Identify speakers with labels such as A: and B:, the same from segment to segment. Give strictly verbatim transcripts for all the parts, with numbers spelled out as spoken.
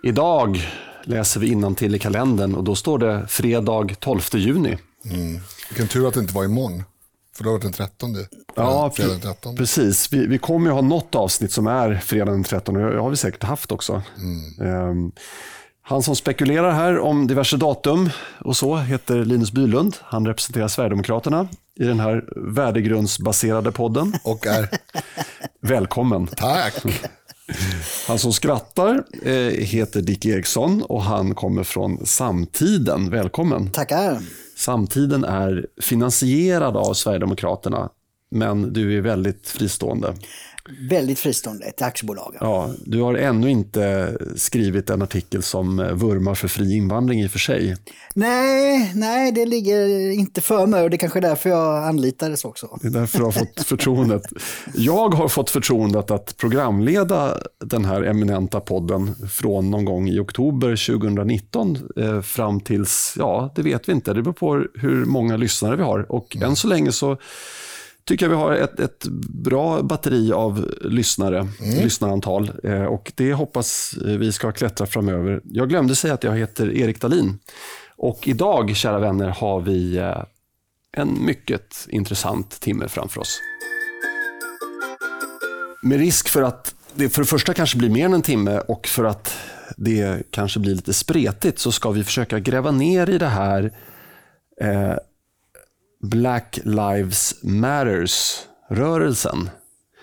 A: Idag läser vi innantill i kalendern och då står det fredag tolfte juni.
B: Mm. Vilken tur att det inte var imorgon. För då var det den trettonde.
A: Ja,
B: fredag den trettonde.
A: Precis. Vi, vi kommer ju ha något avsnitt som är fredag den trettonde. Det har vi säkert haft också.
B: Mm.
A: Um, han som spekulerar här om diverse datum och så heter Linus Bylund. Han representerar Sverigedemokraterna i den här värdegrundsbaserade podden.
B: Och är...
A: Välkommen.
B: Tack.
A: Han som skrattar eh, heter Dick Eriksson och han kommer från Samtiden. Välkommen.
C: Tackar.
A: Samtiden är finansierad av Sverigedemokraterna, men du är väldigt fristående.
C: Väldigt fristående, ett aktiebolag.
A: Ja, du har ännu inte skrivit en artikel som vurmar för fri invandring i och för sig.
C: Nej, nej, det ligger inte för mig och det är kanske därför jag anlitades också.
A: Det är därför du har fått förtroendet. Jag har fått förtroendet att programleda den här eminenta podden från någon gång i oktober tjugonitton eh, fram tills, ja, det vet vi inte. Det beror på hur många lyssnare vi har och mm. än så länge så tycker jag vi har ett, ett bra batteri av lyssnare, mm. lyssnarantal eh, och det hoppas vi ska klättra framöver. Jag glömde säga att jag heter Erik Dahlin och idag, kära vänner, har vi eh, en mycket intressant timme framför oss. Med risk för att det för det första kanske blir mer än en timme och för att det kanske blir lite spretigt så ska vi försöka gräva ner i det här eh, Black Lives Matters-rörelsen.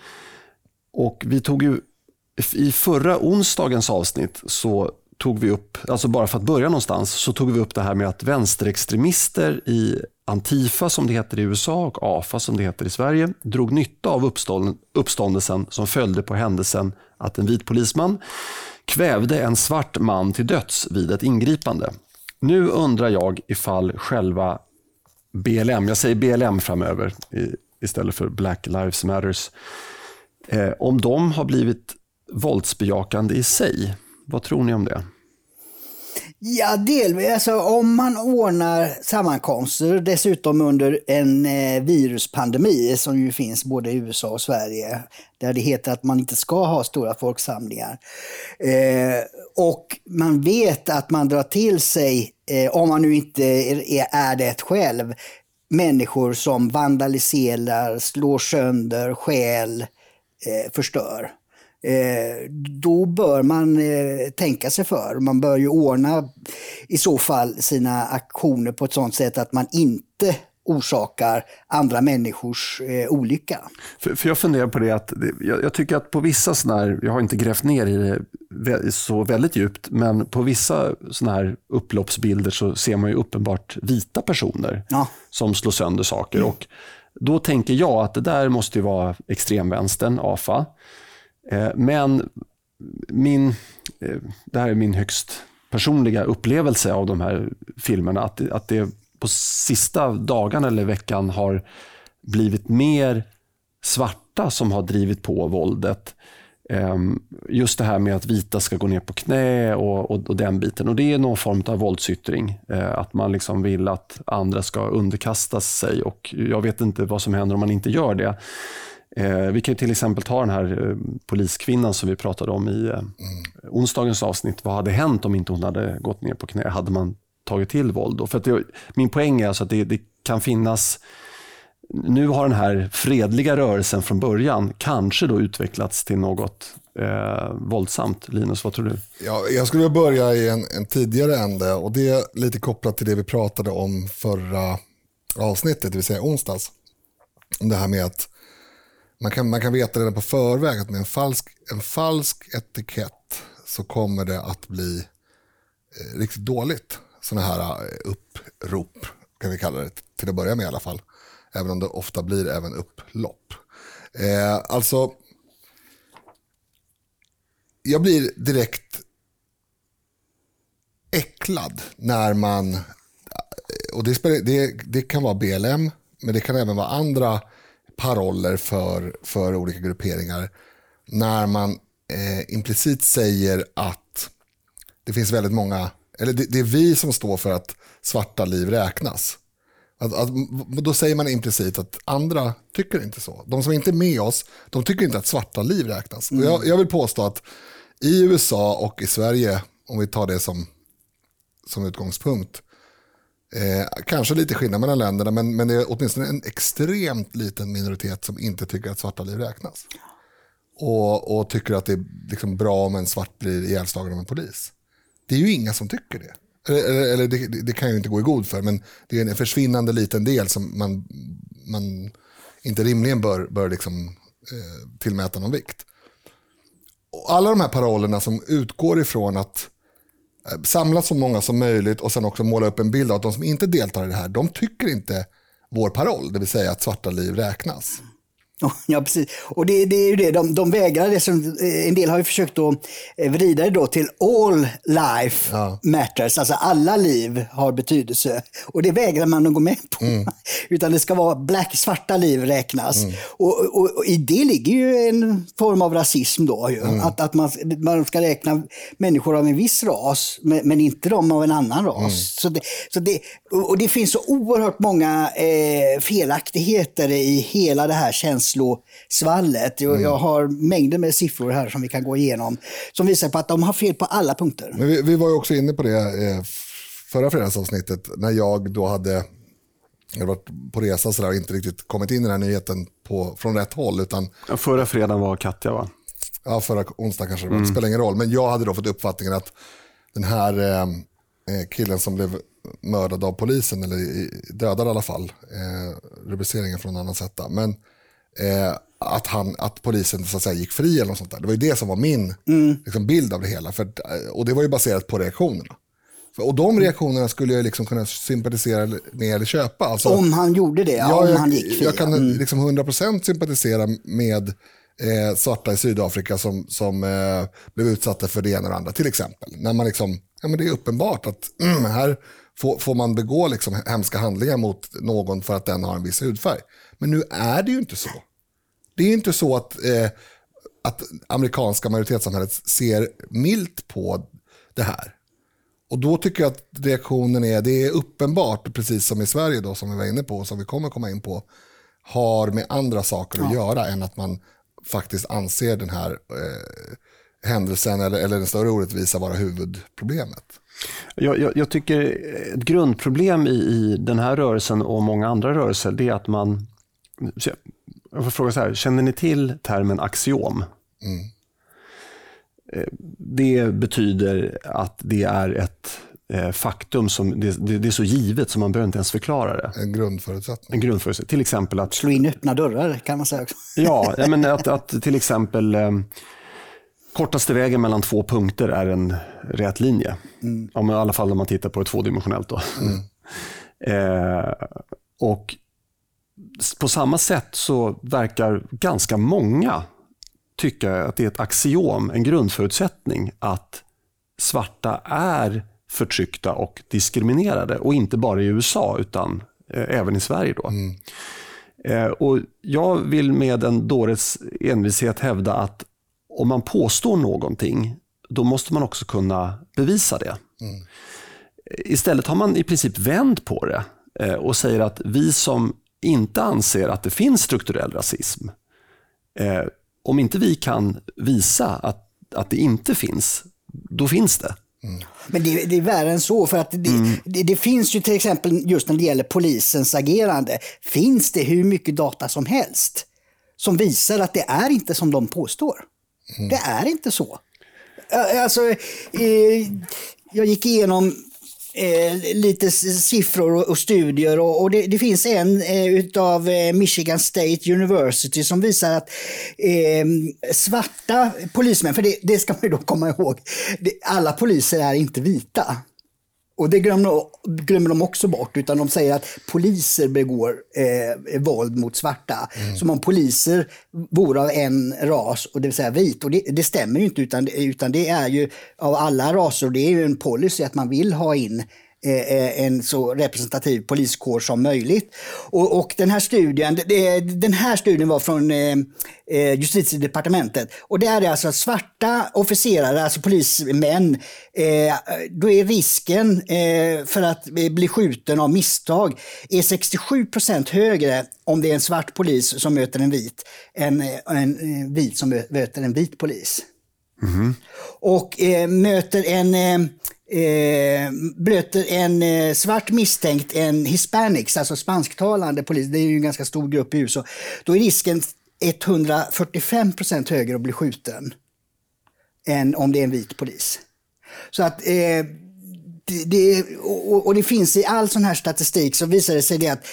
A: Och vi tog ju i förra onsdagens avsnitt så tog vi upp, alltså bara för att börja någonstans, så tog vi upp det här med att vänsterextremister i Antifa som det heter i U S A och A F A som det heter i Sverige drog nytta av uppstånd- uppståndelsen som följde på händelsen att en vit polisman kvävde en svart man till döds vid ett ingripande. Nu undrar jag ifall själva B L M, jag säger B L M framöver istället för Black Lives Matters, eh, om de har blivit våldsbejakande i sig. Vad tror ni om det?
C: Ja, delvis. Alltså, om man ordnar sammankomster, dessutom under en eh, viruspandemi som ju finns både i U S A och Sverige, där det heter att man inte ska ha stora folksamlingar. Eh, och man vet att man drar till sig, eh, om man nu inte är, är det själv, människor som vandaliserar, slår sönder, stjäl, eh, förstör. Eh, då bör man eh, tänka sig för. Man bör ju ordna i så fall sina aktioner på ett sådant sätt att man inte orsakar andra människors eh, olycka.
A: För, för jag funderar på det att jag, jag tycker att på vissa sådana här, jag har inte grävt ner i det så väldigt djupt, men på vissa sådana här upploppsbilder så ser man ju uppenbart vita personer ja. som slår sönder saker mm. och då tänker jag att det där måste ju vara extremvänstern, A F A. Men min, det här är min högst personliga upplevelse av de här filmerna, att, att det på sista dagarna eller veckan har blivit mer svarta som har drivit på våldet. Just det här med att vita ska gå ner på knä och, och, och den biten. Och det är någon form av våldsyttring. Att man liksom vill att andra ska underkasta sig och jag vet inte vad som händer om man inte gör det. Eh, vi kan ju till exempel ta den här eh, poliskvinnan som vi pratade om i eh, mm. onsdagens avsnitt. Vad hade hänt om inte hon hade gått ner på knä? Hade man tagit till våld? Och för att det, min poäng är alltså att det, det kan finnas... Nu har den här fredliga rörelsen från början kanske då utvecklats till något eh, våldsamt. Linus, vad tror du?
B: Ja, jag skulle börja i en, en tidigare ände och det är lite kopplat till det vi pratade om förra avsnittet, det vill säga onsdags. Om det här med att Man kan, man kan veta redan på förväg att med en falsk, en falsk etikett så kommer det att bli eh, riktigt dåligt. Sådana här eh, upprop kan vi kalla det till att börja med i alla fall. Även om det ofta blir även upplopp. Eh, alltså, jag blir direkt äcklad när man, och det, det, det kan vara B L M, men det kan även vara andra paroller för, för olika grupperingar när man eh, implicit säger att det finns väldigt många, eller det, det är vi som står för att svarta liv räknas. Att, att, då säger man implicit att andra tycker inte så. De som inte är med oss, de tycker inte att svarta liv räknas. Mm. Och jag, jag vill påstå att i U S A och i Sverige om vi tar det som, som utgångspunkt. Eh, kanske lite skillnad mellan länderna, men, men det är åtminstone en extremt liten minoritet som inte tycker att svarta liv räknas. Och, och tycker att det är liksom bra om en svart blir ihjälslagen av en polis. Det är ju inga som tycker det. Eller, eller det, det kan ju inte gå i god för, men det är en försvinnande liten del som man, man inte rimligen bör, bör liksom, eh, tillmäta någon vikt. Och alla de här parollerna som utgår ifrån att eh, samla så många som möjligt och sen också måla upp en bild av att de som inte deltar i det här, de tycker inte vår paroll, det vill säga att svarta liv räknas.
C: Ja, precis. Och det, det är ju det, de, de vägrar det. Som, en del har ju försökt att vrida det då till all life ja. matters. Alltså alla liv har betydelse. Och det vägrar man att gå med på. Mm. Utan det ska vara black, svarta liv räknas. Mm. Och, och, och i det ligger ju en form av rasism då. Ju. Mm. Att, att man, man ska räkna människor av en viss ras, men, men inte de av en annan ras. Mm. Så det, så det, och det finns så oerhört många eh, felaktigheter i hela det här känslan. Svallet. Jag, mm. jag har mängder med siffror här som vi kan gå igenom som visar på att de har fel på alla punkter.
B: Men vi, vi var ju också inne på det eh, förra fredagsavsnittet när jag då hade jag varit på resa så där och inte riktigt kommit in i den här nyheten på, från rätt håll. Utan,
A: ja, förra fredagen var Katja, va?
B: Ja, förra onsdag kanske. Det mm. spelar ingen roll. Men jag hade då fått uppfattningen att den här eh, killen som blev mördad av polisen, eller dödad i alla fall, eh, rubriceringen från en annan sätt. Men Eh, att, han, att polisen så att säga gick fri eller något sånt där. Det var ju det som var min mm. liksom, bild av det hela. För, och det var ju baserat på reaktionerna. För, och de reaktionerna skulle jag liksom kunna sympatisera med eller köpa. Alltså,
C: om han gjorde det, ja, om
B: jag,
C: han gick fri.
B: Jag kan mm. liksom hundra procent sympatisera med eh, svarta i Sydafrika som, som eh, blev utsatta för det ena och det andra. Till exempel. När man liksom, ja, men det är uppenbart att mm, här får, får man begå liksom, hemska handlingar mot någon för att den har en viss hudfärg. Men nu är det ju inte så. Det är inte så att, eh, att amerikanska majoritetssamhället ser milt på det här. Och då tycker jag att reaktionen är, det är uppenbart, precis som i Sverige då, som vi var inne på och som vi kommer komma in på, har med andra saker ja. att göra än att man faktiskt anser den här eh, händelsen eller, eller den större orättvisa vara huvudproblemet.
A: Jag, jag, jag tycker ett grundproblem i, i den här rörelsen och många andra rörelser, det är att man, jag får fråga så här, känner ni till termen axiom? Mm. Det betyder att det är ett eh, faktum som det, det, det är så givet som man behöver inte ens förklara det.
B: En grundförutsättning.
A: En grundförutsättning. Till exempel att
C: slå in öppna dörrar kan man säga också.
A: Ja, men att, att till exempel eh, kortaste vägen mellan två punkter är en rät linje. Mm. Ja, men i alla fall om man tittar på det tvådimensionellt då. Mm. eh, och på samma sätt så verkar ganska många tycka att det är ett axiom, en grundförutsättning att svarta är förtryckta och diskriminerade. Och inte bara i U S A utan eh, även i Sverige då. Mm. Eh, och jag vill med en dåres envishet hävda att om man påstår någonting, då måste man också kunna bevisa det. Mm. Istället har man i princip vänt på det eh, och säger att vi som inte anser att det finns strukturell rasism, eh, om inte vi kan visa att, att det inte finns, då finns det.
C: Mm. Men det, det är värre än så, för att det, mm. det, det finns ju till exempel just när det gäller polisens agerande, finns det hur mycket data som helst som visar att det är inte som de påstår. Mm. Det är inte så. Alltså, eh, jag gick igenom Eh, lite siffror och, och studier och, och det, det finns en eh, utav eh, Michigan State University som visar att eh, svarta polismän, för det, det ska man ju då komma ihåg, det, alla poliser är inte vita. Och det glömmer, glömmer de också bort, utan de säger att poliser begår eh, våld mot svarta. Mm. Som om poliser vore av en ras, och det vill säga vit. Och det, det stämmer ju inte, utan, utan det är ju av alla raser. Och det är ju en policy att man vill ha in eh, en så representativ poliskår som möjligt. Och, och den här studien, det, den här studien var från eh, Justitiedepartementet. Och det är alltså svarta officerare, alltså polismän, eh, då är risken eh, för att bli skjuten av misstag är sextiosju procent högre om det är en svart polis som möter en vit än en, en vit som möter en vit polis. Mm. Och eh, möter en, eh, blöter en eh, svart misstänkt, en hispanics, alltså spansktalande polis, det är ju en ganska stor grupp i U S A, då är risken etthundrafyrtiofem procent högre att bli skjuten än om det är en vit polis. Så att eh, det, det, och, och det finns i all sån här statistik, så visar det sig det att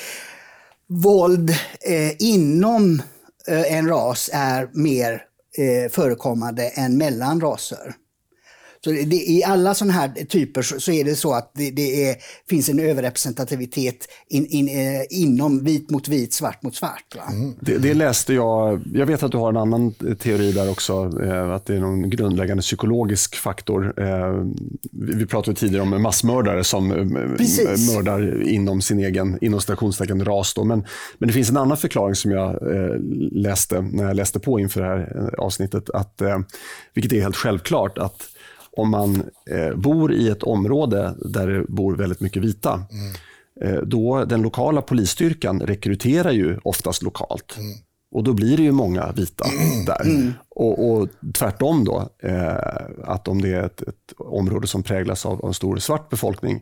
C: våld eh, inom eh, en ras är mer eh, förekommande än mellan raser. Så det, I alla sådana här typer så, så är det så att det, det är, finns en överrepresentativitet in, in, eh, inom vit mot vit, svart mot svart. Va?
A: Mm. Det, det läste jag. Jag vet att du har en annan teori där också, eh, att det är någon grundläggande psykologisk faktor. Eh, vi, vi pratade tidigare om massmördare som Precis. mördar inom sin egen, inom stationstecken ras. Då. Men, men det finns en annan förklaring som jag eh, läste när jag läste på inför det här avsnittet, att, eh, vilket är helt självklart, att om man eh, bor i ett område där det bor väldigt mycket vita, mm. eh, då den lokala polisstyrkan rekryterar ju oftast lokalt. Mm. Och då blir det ju många vita mm. där. Mm. Och, och tvärtom då, eh, att om det är ett, ett område som präglas av, av en stor svart befolkning,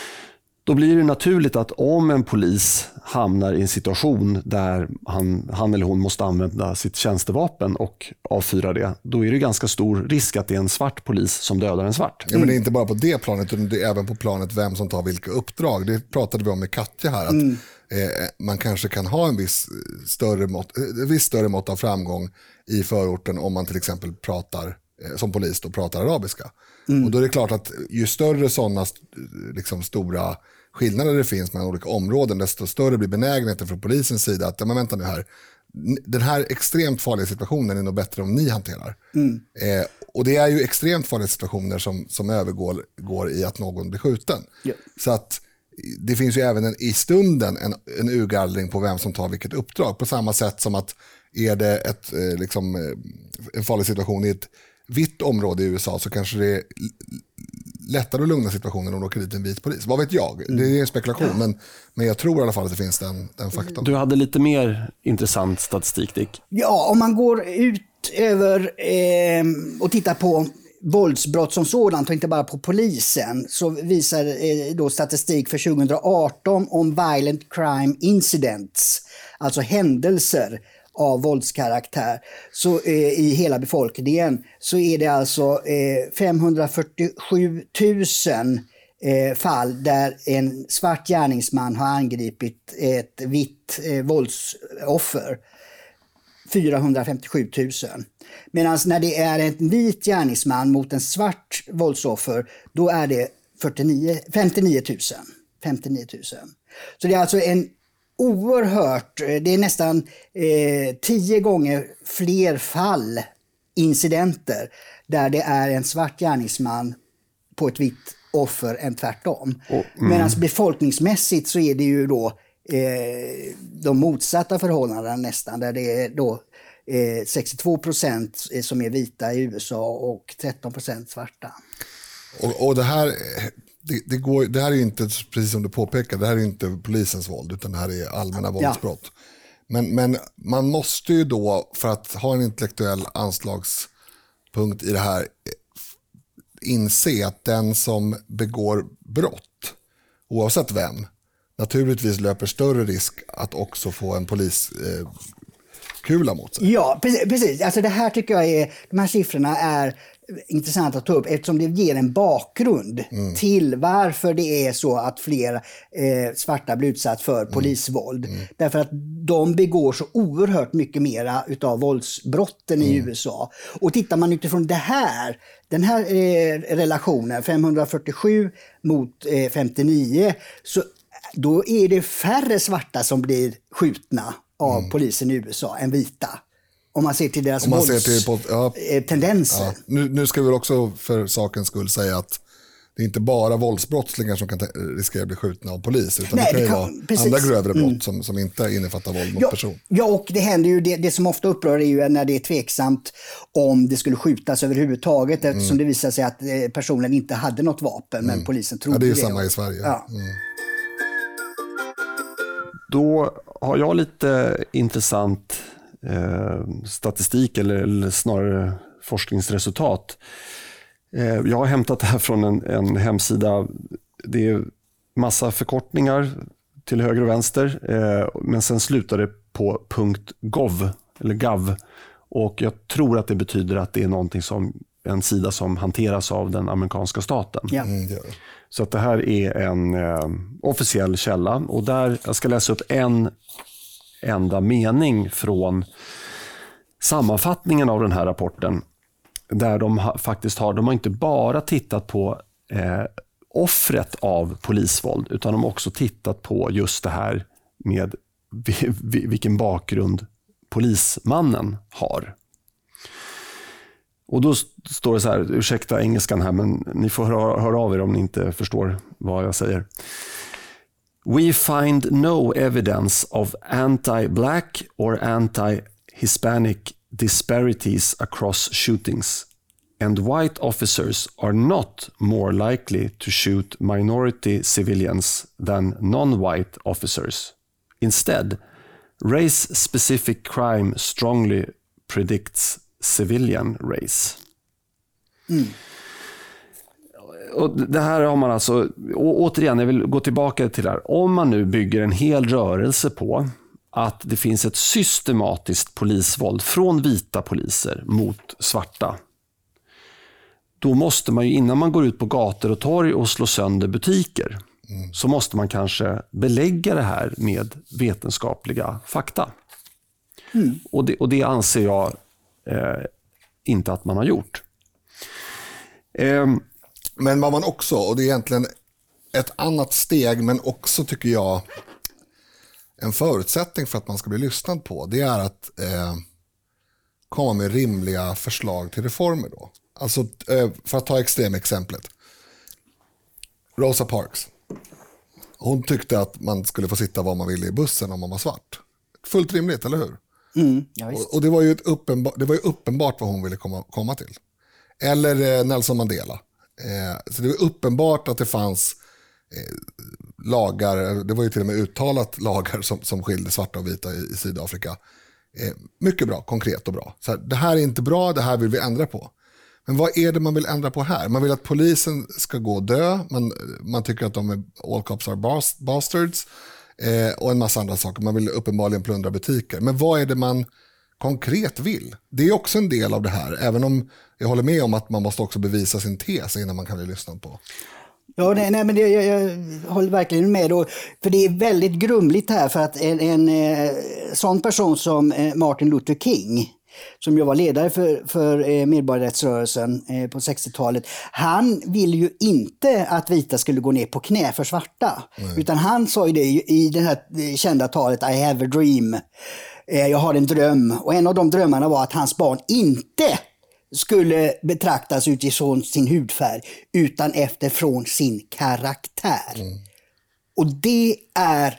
A: då blir det naturligt att om en polis hamnar i en situation där han, han eller hon måste använda sitt tjänstevapen och avfyra det, då är det ganska stor risk att det är en svart polis som dödar en svart.
B: Ja, men det är inte bara på det planet, utan det är även på planet vem som tar vilka uppdrag. Det pratade vi om med Katja här, att mm. eh, man kanske kan ha en viss större mått, en viss större mått av framgång i förorten om man till exempel pratar, eh, som polis då, pratar arabiska. Mm. Och då är det klart att ju större sådana liksom, stora skillnader det finns mellan olika områden, desto större blir benägenheten från polisens sida att, ja, men vänta nu här, den här extremt farliga situationen är nog bättre om ni hanterar. Mm. Eh, och det är ju extremt farliga situationer som, som övergår går i att någon blir skjuten. Yeah. Så att det finns ju även en, i stunden en, en urgallring på vem som tar vilket uppdrag. På samma sätt som att är det ett, eh, liksom, en farlig situation i ett vitt område i U S A, så kanske det är lättare att lugna situationen om de åker dit en vit polis. Vad vet jag? Det är en spekulation, mm. men, men jag tror i alla fall att det finns den, den faktorn.
A: Du hade lite mer intressant statistik, Dick.
C: Ja, om man går ut över eh, och tittar på våldsbrott som sådant och inte bara på polisen, så visar eh, då statistik för tjugo arton om violent crime incidents, alltså händelser av våldskaraktär, så eh, i hela befolkningen, så är det alltså eh, femhundrafyrtiosju tusen eh, fall där en svart gärningsman har angripit ett vitt eh, våldsoffer. fyrahundrafemtiosju tusen. Medan när det är en vit gärningsman mot en svart våldsoffer, då är det fyrtionio, femtionio tusen. femtionio tusen. Så det är alltså en oerhört, det är nästan eh, tio gånger fler fall, incidenter, där det är en svart gärningsman på ett vitt offer än tvärtom. Oh, mm. Medan befolkningsmässigt så är det ju då eh, de motsatta förhållandena nästan, där det är då eh, sextiotvå procent som är vita i U S A och tretton procent svarta.
B: Och, och det här... Det, det, går, det här är ju inte, precis som du påpekar, det här är ju inte polisens våld, utan det här är allmänna våldsbrott. Ja. Men, men man måste ju då, för att ha en intellektuell anslagspunkt i det här, inse att den som begår brott, oavsett vem, naturligtvis löper större risk att också få en poliskula eh, mot sig.
C: Ja, precis. Alltså det här tycker jag är, de här siffrorna är intressant att ta upp, eftersom det ger en bakgrund mm. till varför det är så att fler eh, svarta blir utsatt för mm. polisvåld. Mm. Därför att de begår så oerhört mycket mera utav våldsbrotten mm. i U S A. Och tittar man utifrån det här, den här eh, relationen, femhundrafyrtiosju mot eh, femtionio, så då är det färre svarta som blir skjutna av mm. polisen i U S A än vita. Om man ser till deras våldstendenser.
B: Ja. Nu, nu ska vi väl också för sakens skull säga att det är inte bara våldsbrottslingar som kan riskera att bli skjutna av polis, utan Nej, det kan ju vara precis. andra grövre brott mm. som, som inte innefattar våld mot
C: ja,
B: person.
C: Ja, och det händer ju, det, det som ofta upprör är ju när det är tveksamt om det skulle skjutas överhuvudtaget, eftersom mm. det visar sig att personen inte hade något vapen, mm. men polisen trodde det.
B: Ja, det är ju
C: det.
B: samma i Sverige. Ja. Mm.
A: Då har jag lite intressant eh, statistik, eller, eller snarare forskningsresultat. Jag har hämtat det här från en, en hemsida. Det är massa förkortningar till höger och vänster, men sen slutar det på .gov eller .gov, och jag tror att det betyder att det är någonting som en sida som hanteras av den amerikanska staten.
C: Ja.
B: Mm, ja.
A: Så att det här är en eh, officiell källa, och där jag ska läsa upp en enda mening från sammanfattningen av den här rapporten, där de ha, faktiskt har, de har inte bara tittat på eh, offret av polisvåld, utan de har också tittat på just det här med vilken bakgrund polismannen har. Och då står det så här, ursäkta engelskan här, men ni får höra, höra av er om ni inte förstår vad jag säger. We find no evidence of anti-black or anti-Hispanic disparities across shootings, and white officers are not more likely to shoot minority civilians than non-white officers. Instead, race-specific crime strongly predicts civilian race. Mm. Och det här har man alltså, och återigen, jag vill gå tillbaka till det här. Om man nu bygger en hel rörelse på att det finns ett systematiskt polisvåld från vita poliser mot svarta, då måste man ju, innan man går ut på gator och torg och slår sönder butiker, mm. så måste man kanske belägga det här med vetenskapliga fakta. Mm. Och, det, och det anser jag eh, inte att man har gjort. Eh,
B: men vad man också, och det är egentligen ett annat steg, men också tycker jag en förutsättning för att man ska bli lyssnad på, det är att eh, komma med rimliga förslag till reformer då. Alltså, eh, för att ta extremexemplet. Rosa Parks. Hon tyckte att man skulle få sitta var man ville i bussen om man var svart. Fullt rimligt, eller hur?
C: Mm, ja,
B: och, och det var ju ett uppenbar, det var ju uppenbart vad hon ville komma, komma till. Eller eh, Nelson Mandela. Eh, så det var uppenbart att det fanns eh, lagar, det var ju till och med uttalat lagar som, som skilde svarta och vita i, i Sydafrika. Eh, mycket bra, konkret och bra. Så här, det här är inte bra, det här vill vi ändra på. Men vad är det man vill ändra på här? Man vill att polisen ska gå och dö. Man, man tycker att de är all cops are bastards. Eh, och en massa andra saker. Man vill uppenbarligen plundra butiker. Men vad är det man konkret vill? Det är också en del av det här. Även om jag håller med om att man måste också bevisa sin tes innan man kan bli lyssnad på.
C: Ja, nej, nej men det, jag, jag håller verkligen med då, för det är väldigt grumligt här, för att en, en eh, sån person som eh, Martin Luther King, som ju var ledare för, för eh, medborgarrättsrörelsen eh, på sextiotalet, han ville ju inte att vita skulle gå ner på knä för svarta. Mm. Utan han sa ju det i det här kända talet I have a dream. Eh, jag har en dröm. Och en av de drömmarna var att hans barn inte skulle betraktas utifrån sin hudfärg, utan efterfrån sin karaktär. Mm. Och det är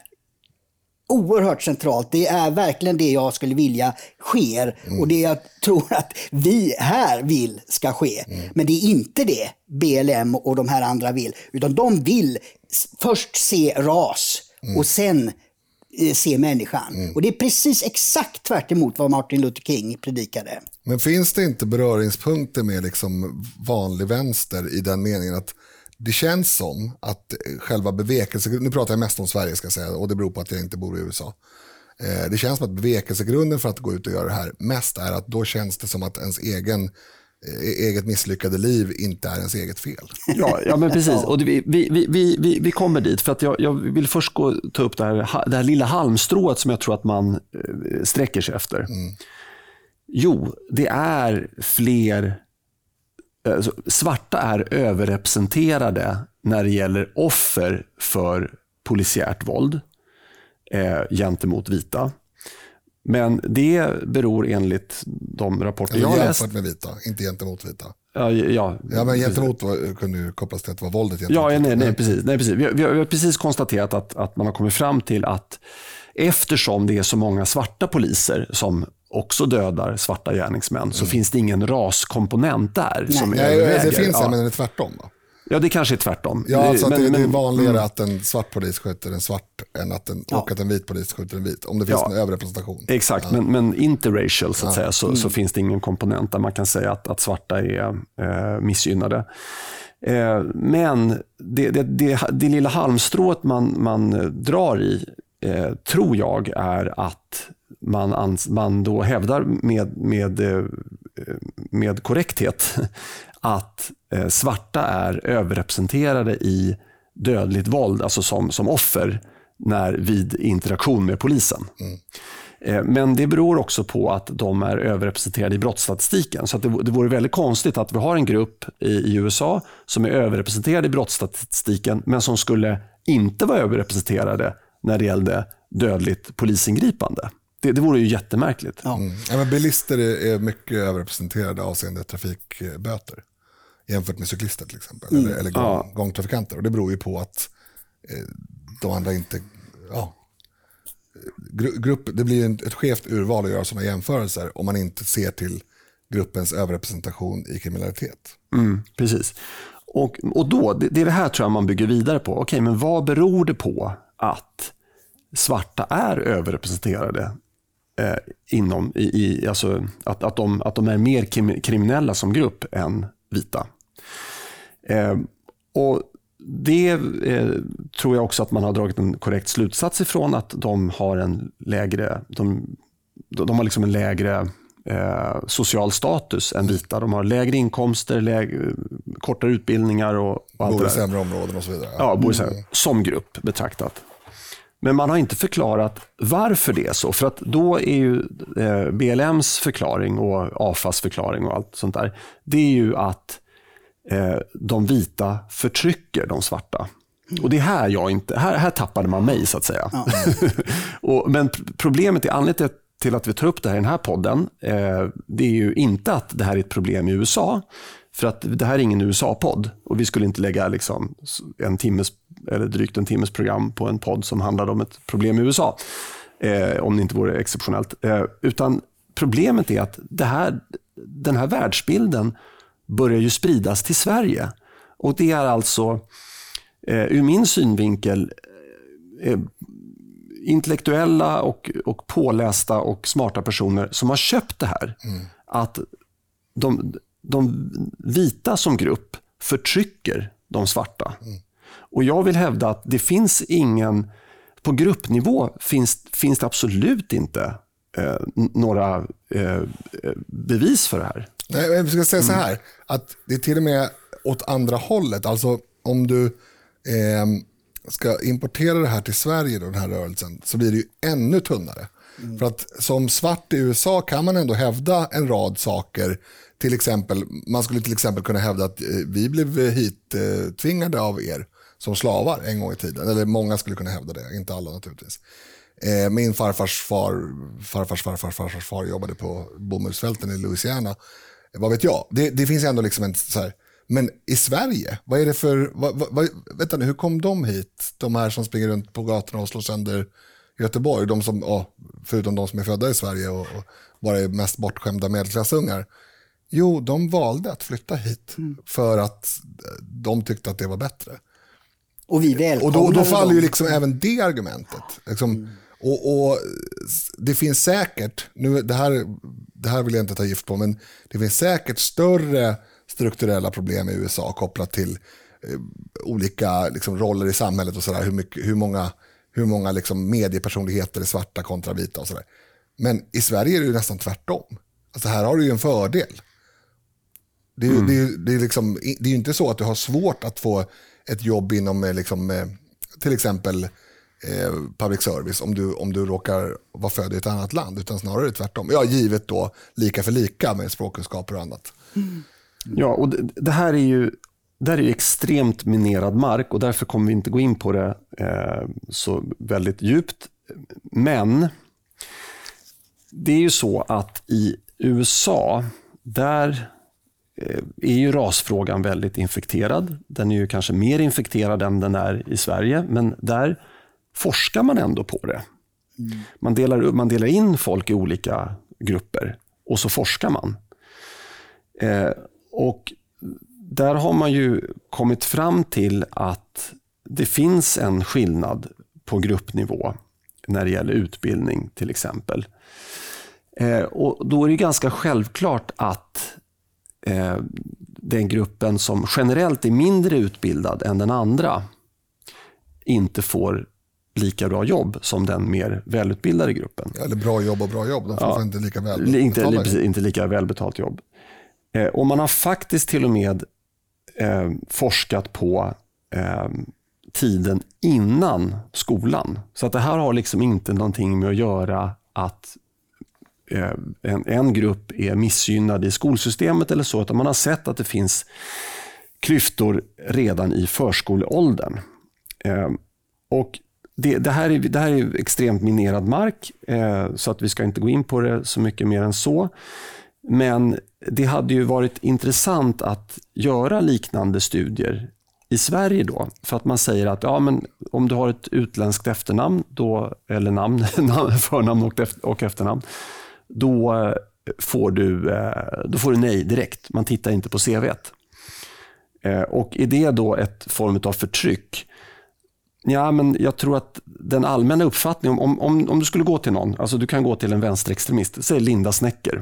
C: oerhört centralt. Det är verkligen det jag skulle vilja sker. Mm. Och det jag tror att vi här vill ska ske. Mm. Men det är inte det B L M och de här andra vill. Utan de vill först se ras mm. och sen eh, se människan. Mm. Och det är precis exakt tvärt emot vad Martin Luther King predikade. Men
B: finns det inte beröringspunkter med liksom vanlig vänster i den meningen att det känns som att själva bevekelsegrunden, nu pratar jag mest om Sverige ska jag säga, och det beror på att jag inte bor i U S A. Eh, det känns som att bevekelsegrunden för att gå ut och göra det här mest är att då känns det som att ens egen, eh, eget misslyckade liv inte är ens eget fel. Ja,
A: ja men precis. Och det, vi, vi, vi, vi, vi kommer dit, för att jag, jag vill först gå, ta upp det här, det här lilla halmstrået som jag tror att man eh, sträcker sig efter. Mm. Jo, det är fler... Svarta är överrepresenterade när det gäller offer för polisiärt våld eh, gentemot vita. Men det beror enligt de rapporter jag har läst...
B: Jämfört med vita, inte gentemot vita.
A: Ja, ja,
B: ja men gentemot var, kunde ju kopplas till att det var våldet gentemot
A: ja, nej, nej, precis, nej, precis. Vi, har, vi har precis konstaterat att, att man har kommit fram till att eftersom det är så många svarta poliser som också dödar svarta gärningsmän, mm. så finns det ingen raskomponent där.
B: Nej.
A: Som
B: Nej, det finns ja. men det är tvärtom. Va?
A: Ja, det kanske är tvärtom.
B: Ja, alltså
A: men,
B: det,
A: men,
B: det är vanligare
A: mm.
B: att en svart polis skjuter en svart än att en,
C: ja.
B: och att en vit polis skjuter en vit. Om det finns
A: Ja.
B: en överrepresentation.
A: Exakt,
B: ja.
A: men, men interracial så att
B: Ja.
A: säga, så,
C: Mm.
A: så finns det ingen komponent där man kan säga att, att svarta är eh, missgynnade. Eh, men det, det, det, det lilla halmstrået man, man drar i eh, tror jag är att man, ans, man då hävdar med, med, med korrekthet att eh, svarta är överrepresenterade i dödligt våld, alltså som, som offer när vid interaktion med polisen.
B: Mm.
A: Men det beror också på att de är överrepresenterade i brottsstatistiken. Så att det, det vore väldigt konstigt att vi har en grupp i, i U S A som är överrepresenterade i brottsstatistiken men som skulle inte vara överrepresenterade när det gällde dödligt polisingripande. Det, det vore ju jättemärkligt.
C: Ja.
B: Mm. Ja, men bilister är, är mycket överrepresenterade avseende trafikböter jämfört med cyklister till exempel, mm. eller, eller gång,
A: ja.
B: gångtrafikanter. Och det beror ju på att eh, de andra inte... Ja, grupp, det blir ett skevt urval att göra sådana jämförelser om man inte ser till gruppens överrepresentation i kriminalitet.
A: Mm, precis. Och, och då, det, det är det här tror jag man bygger vidare på. Okej, men vad beror det på att svarta är överrepresenterade eh, inom, i, i, alltså att, att, de, att de är mer kriminella som grupp än vita? Eh, och Det eh, tror jag också att man har dragit en korrekt slutsats ifrån, att de har en lägre, de, de har liksom en lägre eh, social status än vita. De har lägre inkomster, lägre, kortare utbildningar och, och allt
B: bor
A: det
B: i
A: där.
B: sämre områden och så vidare.
A: Ja, bor i sämre, som grupp betraktat. Men man har inte förklarat varför det är så. För att då är ju eh, B L M:s förklaring och A F A:s förklaring och allt sånt där, det är ju att de vita förtrycker de svarta. Och det är här jag inte, här, här tappade man mig så att säga. Ja. och, men problemet är, anledningen till att vi tar upp det här i den här podden, eh, det är ju inte att det här är ett problem i U S A, för att det här är ingen U S A-podd och vi skulle inte lägga liksom en timmes eller drygt en timmes program på en podd som handlade om ett problem i U S A, eh, om det inte vore exceptionellt. Eh, utan problemet är att det här, den här världsbilden börjar ju spridas till Sverige. Och det är alltså, eh, ur min synvinkel, eh, intellektuella och, och pålästa och smarta personer som har köpt det här. Mm. Att de, de vita som grupp förtrycker de svarta. Mm. Och jag vill hävda att det finns ingen, på gruppnivå finns, finns det absolut inte eh, några eh, bevis för det här.
B: Nej, jag ska säga så här, att det är till och med åt andra hållet. Alltså om du eh, ska importera det här till Sverige, då, den här rörelsen, så blir det ju ännu tunnare. Mm. För att som svart i U S A kan man ändå hävda en rad saker. Till exempel, man skulle till exempel kunna hävda att eh, vi blev hit eh, tvingade av er som slavar en gång i tiden. Eller många skulle kunna hävda det, inte alla naturligtvis. Eh, min farfars far, farfars farfars farfars far jobbade på bomullsfälten i Louisiana. Vad vet jag? Det, det finns ändå liksom en så här, men i Sverige, vad är det för, vad, vad, vänta nu, hur kom de hit? De här som springer runt på gatorna och slår sönder Göteborg, de som, oh, förutom de som är födda i Sverige och, och bara är mest bortskämda medelklassungar. Jo, de valde att flytta hit mm. för att de tyckte att det var bättre.
C: Och vi välkomnar
B: Och då, då faller
C: dem.
B: ju liksom även det argumentet. Liksom, mm. och, och det finns säkert, nu, det, här, det här vill jag inte ta gift på, men det finns säkert större strukturella problem i U S A kopplat till eh, olika liksom, roller i samhället och sådär. Hur, mycket, hur många, hur många liksom, mediepersonligheter är svarta kontra vita och sådär. Men i Sverige är det ju nästan tvärtom. Alltså här har du ju en fördel. Det är, mm. det är, det är, liksom, det är ju inte så att du har svårt att få ett jobb inom liksom, till exempel eh, public service om du, om du råkar vara född i ett annat land, utan snarare tvärtom. Ja, givet då lika för lika med språkkunskaper och annat.
C: Mm.
A: Ja, och det, det här är ju det här är ju extremt minerad mark och därför kommer vi inte gå in på det eh, så väldigt djupt. Men det är ju så att i U S A, där är ju rasfrågan väldigt infekterad. Den är ju kanske mer infekterad än den är i Sverige, men där forskar man ändå på det. Mm. Man, delar, man delar in folk i olika grupper och så forskar man. Eh, och där har man ju kommit fram till att det finns en skillnad på gruppnivå när det gäller utbildning till exempel. Eh, och då är det ganska självklart att eh, den gruppen som generellt är mindre utbildad än den andra inte får lika bra jobb som den mer välutbildade gruppen.
B: Eller bra jobb och bra jobb, de får ja, inte lika väl
A: inte, inte lika välbetalt jobb. Eh, och man har faktiskt till och med eh, forskat på eh, tiden innan skolan. Så att det här har liksom inte någonting med att göra att eh, en, en grupp är missgynnad i skolsystemet eller så, utan man har sett att det finns klyftor redan i förskoleåldern. Eh, och det, det, här är, det här är extremt minerad mark, eh, så att vi ska inte gå in på det så mycket mer än så. Men det hade ju varit intressant att göra liknande studier i Sverige då, för att man säger att ja, men om du har ett utländskt efternamn då, eller namn, förnamn och, efter, och efternamn, då får, du, då får du nej direkt. Man tittar inte på C V:t. Och är det då ett form av förtryck? Ja, men jag tror att den allmänna uppfattningen, om, om, om du skulle gå till någon, alltså du kan gå till en vänsterextremist, säg Linda Snecker,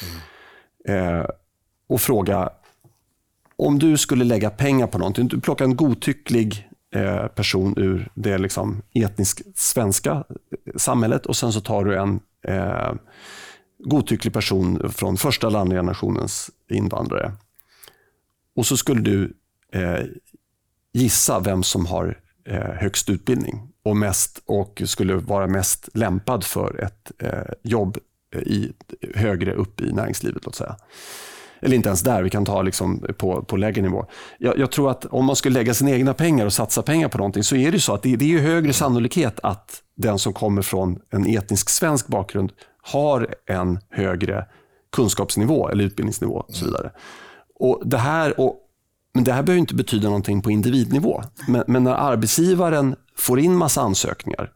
A: mm. eh, och fråga, om du skulle lägga pengar på någonting, du plockar en godtycklig eh, person ur det liksom etnisk svenska samhället och sen så tar du en eh, godtycklig person från första eller andra generationens invandrare. Och så skulle du eh, gissa vem som har eh, högst utbildning och, mest, och skulle vara mest lämpad för ett eh, jobb i, högre upp i näringslivet, låt säga. Eller inte ens där, vi kan ta liksom på, på lägre nivå. Jag, jag tror att om man skulle lägga sina egna pengar och satsa pengar på någonting, så är det ju så att det, det är ju högre sannolikhet att den som kommer från en etnisk svensk bakgrund har en högre kunskapsnivå eller utbildningsnivå och så vidare. Och det här, och, men det här behöver inte betyda någonting på individnivå. Men, men när arbetsgivaren får in massa ansökningar,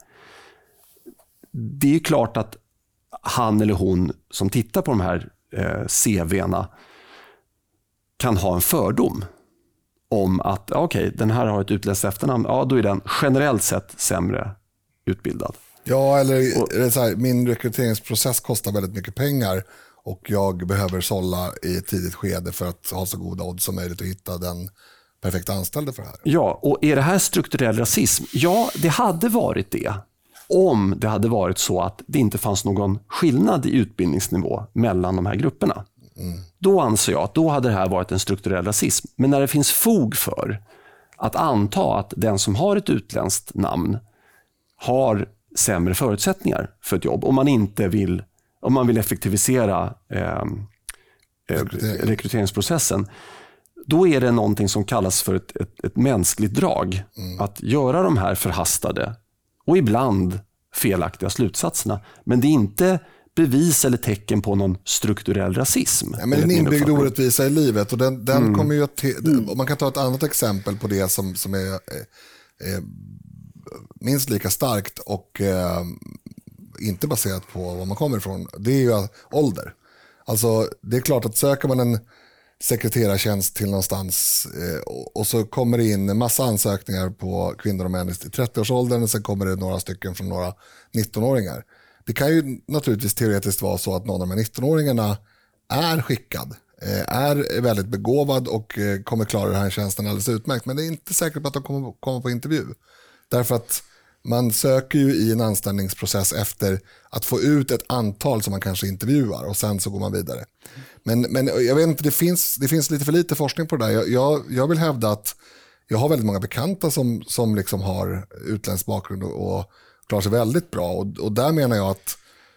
A: det är ju klart att han eller hon som tittar på de här eh, C V:na kan ha en fördom om att okej, okay, den här har ett utländskt efternamn, ja då är den generellt sett sämre utbildad.
B: Ja, eller och, är det så här, min rekryteringsprocess kostar väldigt mycket pengar och jag behöver sålla i ett tidigt skede för att ha så goda odds som möjligt att hitta den perfekta anställde för det här. Ja,
A: och är det här strukturell rasism? Ja, det hade varit det. Om det hade varit så att det inte fanns någon skillnad i utbildningsnivå mellan de här grupperna. Mm. Då anser jag att då hade det här varit en strukturell rasism. Men när det finns fog för att anta att den som har ett utländskt namn har sämre förutsättningar för ett jobb, om man inte vill, om man vill effektivisera eh, Rekrytering. rekryteringsprocessen, då är det någonting som kallas för ett, ett, ett mänskligt drag. Mm. Att göra de här förhastade och ibland felaktiga slutsatserserna. Men det är inte bevis eller tecken på någon strukturell rasism.
B: Ja, men en inbyggd orättvisa i livet. Och den, den mm. kommer ju till, mm. Man kan ta ett annat exempel på det som, som är, är minst lika starkt och eh, inte baserat på var man kommer ifrån. Det är ju ålder. Alltså det är klart att söker man en sekreterartjänst till någonstans eh, och, och så kommer det in en massa ansökningar på kvinnor och män i trettioårsåldern och sen kommer det några stycken från några nittonåringar. Det kan ju naturligtvis teoretiskt vara så att någon av de här nittonåringarna är skickad, eh, är väldigt begåvad och eh, kommer klara den här tjänsten alldeles utmärkt, men det är inte säkert på att de kommer komma på intervju. Därför att man söker ju i en anställningsprocess efter att få ut ett antal som man kanske intervjuar och sen så går man vidare. Men, men jag vet inte, det finns, det finns lite för lite forskning på det där. Jag, jag, jag vill hävda att jag har väldigt många bekanta som, som liksom har utländsk bakgrund och, och klarar sig väldigt bra. Och, och där menar jag att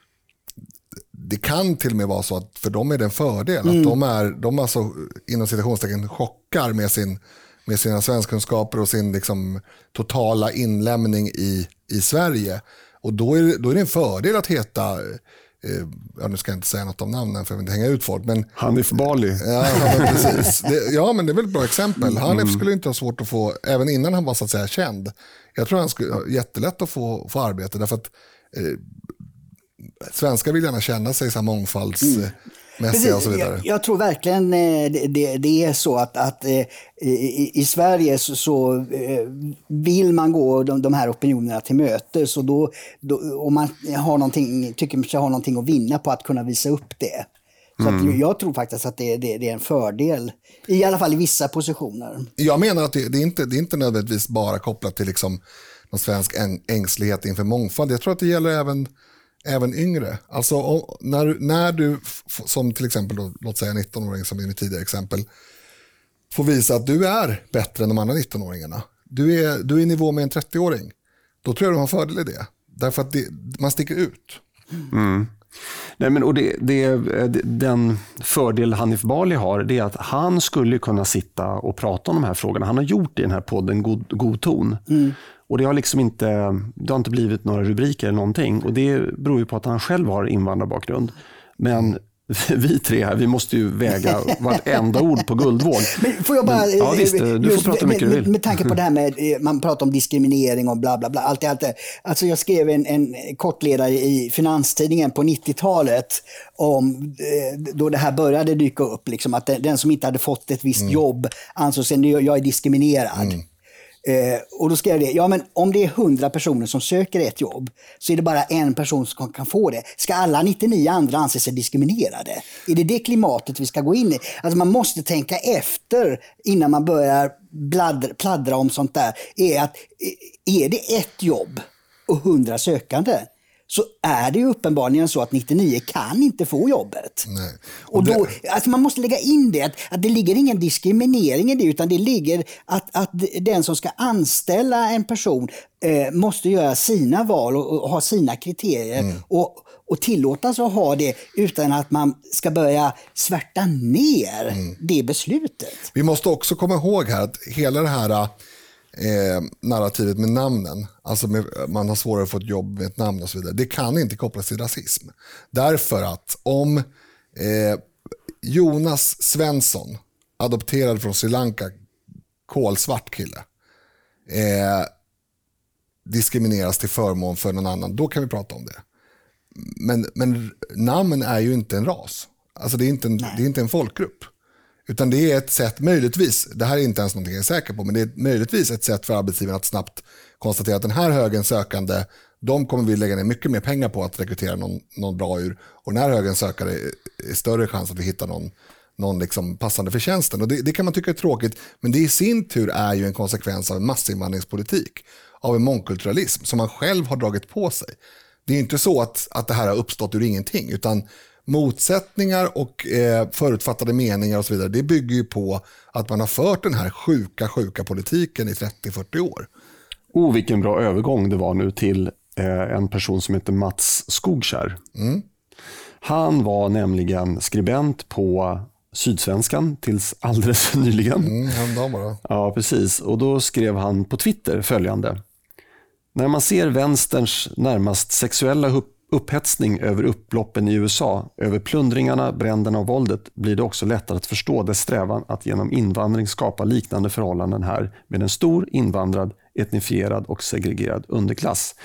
B: det kan till och med vara så att för dem är det en fördel. Mm. Att de är, de alltså inom citationstecken chockar med sin med sina svenskkunskaper och sin liksom totala inlämning i, i Sverige. Och då är, det, då är det en fördel att heta, eh, ja, nu ska jag inte säga något om namnen för att inte hänga ut folk. Men,
A: Hanif Bali.
B: Ja, ja, precis. Det, ja, men det är väl ett bra exempel. Hanif mm. skulle inte ha svårt att få, även innan han var så att säga känd. Jag tror han skulle ha jättelätt att få, få arbete därför att eh, svenskar vill gärna känna sig så här mångfalds... Mm. mässiga och så vidare.
C: Jag, jag tror verkligen eh, det, det är så att, att eh, i, i Sverige så, så eh, vill man gå de, de här opinionerna till mötes, och då, då om man har någonting, tycker man sig ha någonting att vinna på att kunna visa upp det. Så mm. att jag tror faktiskt att det, det, det är en fördel, i alla fall i vissa positioner.
B: Jag menar att det, det, är, inte, det är inte nödvändigtvis bara kopplat till liksom någon svensk ängslighet inför mångfald. Jag tror att det gäller även, även yngre. Alltså om, när, när du, som till exempel då, låt säga nittonåring som i mitt tidigare exempel, får visa att du är bättre än de andra nittonåringarna. Du är, du är i nivå med en trettioåring. Då tror jag du har en fördel i det. Därför att det, man sticker ut.
A: Mm. Nej, men, och det, det, den fördel Hanif Bali har, det är att han skulle kunna sitta och prata om de här frågorna. Han har gjort i den här podden God, god ton. Mm. Och det har liksom inte, det har inte blivit några rubriker eller någonting. Och det beror ju på att han själv har invandrarbakgrund. Men vi tre här, vi måste ju väga vartenda ord på guldvåg.
C: Men får jag bara,
A: men, ja, visst, du
C: just,
A: får prata mycket
C: med,
A: du vill.
C: Med, med tanke på det här med, man pratar om diskriminering och bla bla bla, allt det, allt det. Alltså jag skrev en, en kortledare i Finanstidningen på nittiotalet om, då det här började dyka upp, liksom, att den som inte hade fått ett visst mm. jobb ansåg sig, jag är diskriminerad. Mm. Eh, och då skrev jag det, ja men om det är hundra personer som söker ett jobb så är det bara en person som kan få det. Ska alla nittionio andra anse sig diskriminerade? Är det det klimatet vi ska gå in i? Alltså man måste tänka efter innan man börjar bladdra, pladdra om sånt där. Är, att, är det ett jobb och hundra sökande, så är det ju uppenbarligen så att nittionio kan inte få jobbet.
B: Nej. Och
C: och då,
B: det...
C: alltså man måste lägga in det, att, att det ligger ingen diskriminering i det, utan det ligger att, att den som ska anställa en person eh, måste göra sina val och, och ha sina kriterier mm. och, och tillåtas att ha det utan att man ska börja svärta ner mm. det beslutet.
B: Vi måste också komma ihåg här att hela det här Eh, narrativet med namnen, alltså med, man har svårare att få ett jobb med ett namn och så vidare, det kan inte kopplas till rasism. Därför att om eh, Jonas Svensson, adopterad från Sri Lanka, kolsvart kille, eh, diskrimineras till förmån för någon annan, då kan vi prata om det. Men, men namn är ju inte en ras, alltså det är inte en, det är inte en folkgrupp. Utan det är ett sätt, möjligtvis, det här är inte ens någonting jag är säker på, men det är möjligtvis ett sätt för arbetsgivaren att snabbt konstatera att den här högen sökande, de kommer vi lägga ner mycket mer pengar på att rekrytera någon, någon bra ur. Och den här högen sökare är större chans att vi hittar någon, någon liksom passande för tjänsten. Och det, det kan man tycka är tråkigt, men det i sin tur är ju en konsekvens av en massinvandringspolitik, av en mångkulturalism som man själv har dragit på sig. Det är inte så att, att det här har uppstått ur ingenting, utan motsättningar och eh, förutfattade meningar och så vidare, det bygger ju på att man har fört den här sjuka, sjuka politiken i trettio till fyrtio år.
A: Oh, vilken bra övergång det var nu till eh, en person som heter Mats Skogskär. Mm. Han var nämligen skribent på Sydsvenskan tills alldeles nyligen.
B: Mm, han då bara.
A: Ja, precis. Och då skrev han på Twitter följande: när man ser vänsterns närmast sexuella upp upphetsning över upploppen i U S A, över plundringarna, bränderna och våldet, blir det också lättare att förstå dess strävan att genom invandring skapa liknande förhållanden här med en stor invandrad, etnifierad och segregerad underklass.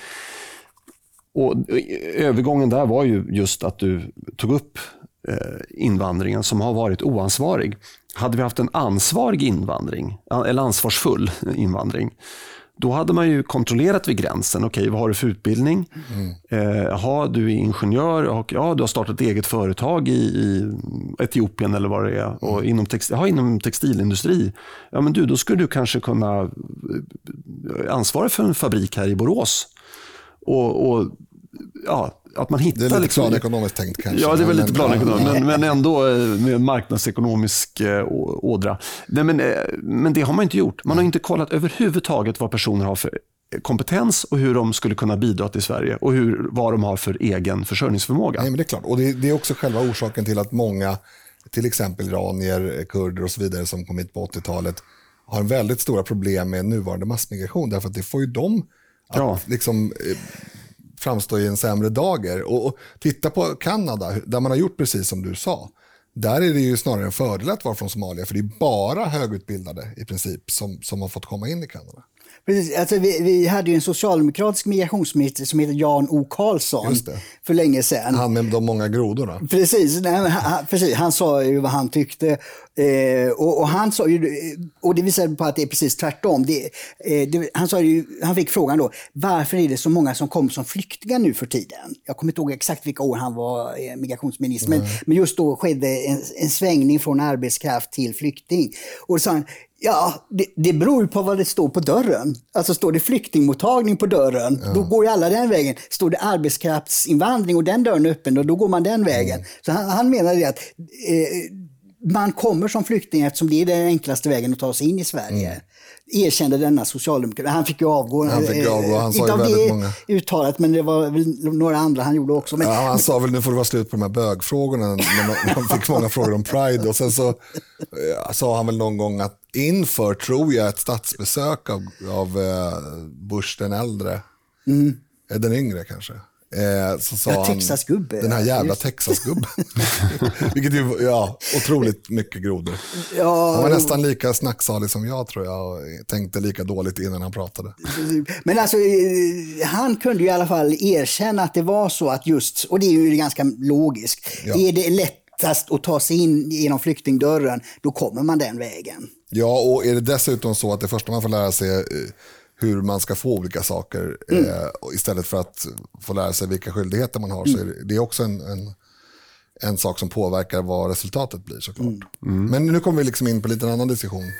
A: Och övergången där var ju just att du tog upp invandringen som har varit oansvarig. Hade vi haft en ansvarig invandring, eller ansvarsfull invandring, då hade man ju kontrollerat vid gränsen. Okej, vad har du för utbildning? Mm. Eh, aha, du är ingenjör och ja, du har startat ett eget företag i, i Etiopien eller vad det är. Mm. Och inom, text, aha, inom textilindustri. Ja, men du, då skulle du kanske kunna ansvara för en fabrik här i Borås. Och, och ja, att man hittar...
B: Det är lite
A: liksom,
B: planekonomiskt tänkt kanske.
A: Ja, det är väl lite planekonomiskt, men, men ändå med marknadsekonomisk ådra. Nej, men, men det har man inte gjort. Man har inte kollat överhuvudtaget vad personer har för kompetens och hur de skulle kunna bidra till Sverige och hur, vad de har för egen försörjningsförmåga.
B: Nej, men det är klart. Och det, det är också själva orsaken till att många, till exempel iranier, kurder och så vidare som kom hit på åttiotalet, har en väldigt stora problem med nuvarande massmigration, därför att det får ju dem att ja. liksom... framstår i en sämre dager. Och, och titta på Kanada, där man har gjort precis som du sa. Där är det ju snarare en fördel att vara från Somalia, för det är bara högutbildade i princip som, som har fått komma in i Kanada.
C: Precis. Alltså, vi, vi hade ju en socialdemokratisk migrationsminister som heter Jan O. Karlsson för länge sedan.
B: Han med de många grodorna.
C: Precis, nej, han, precis. Han sa ju vad han tyckte. Eh, och, och, han sa ju, och det visade på att det är precis tvärtom. Det, eh, det, han, sa ju, han fick frågan då, varför är det så många som kommer som flyktingar nu för tiden? Jag kommer inte ihåg exakt vilka år han var eh, migrationsminister, men, men just då skedde en, en svängning från arbetskraft till flykting. Och då sa han, ja, det, det beror ju på vad det står på dörren. Alltså står det flyktingmottagning på dörren, ja. Då går ju alla den vägen. Står det arbetskraftsinvandring och den dörren är öppen, då, då går man den vägen. Mm. Så han, han menar det att eh, man kommer som flykting eftersom det är den enklaste vägen att ta sig in i Sverige. Mm. Erkände denna socialdemokrat. Han fick ju avgå.
B: Han fick avgå. Han sa ju väldigt många.
C: Uttalat, men det var väl några andra han gjorde också. Men...
B: Ja, han sa väl nu får det vara slut på de här bögfrågorna. När han fick många frågor om Pride. Och sen så ja, sa han väl någon gång att inför, tror jag, ett statsbesök av, av eh, Bush den äldre. Mm. Den yngre kanske. Eh, så sa
C: ja,
B: han,
C: Texasgubbe.
B: Den här jävla Texasgubben. Vilket ju, ja, otroligt mycket grodor.
C: Ja,
B: han var nästan lika snacksalig som jag, tror jag. Och tänkte lika dåligt innan han pratade.
C: Men alltså, han kunde ju i alla fall erkänna att det var så att just, och det är ju ganska logiskt, ja. Är det lättast att ta sig in genom flyktingdörren, då kommer man den vägen.
B: Ja, och är det dessutom så att det första man får lära sig hur man ska få olika saker mm. eh, istället för att få lära sig vilka skyldigheter man har, mm. så är det, det är också en, en, en sak som påverkar vad resultatet blir, såklart. Mm. Mm. Men nu kommer vi liksom in på lite en annan diskussion.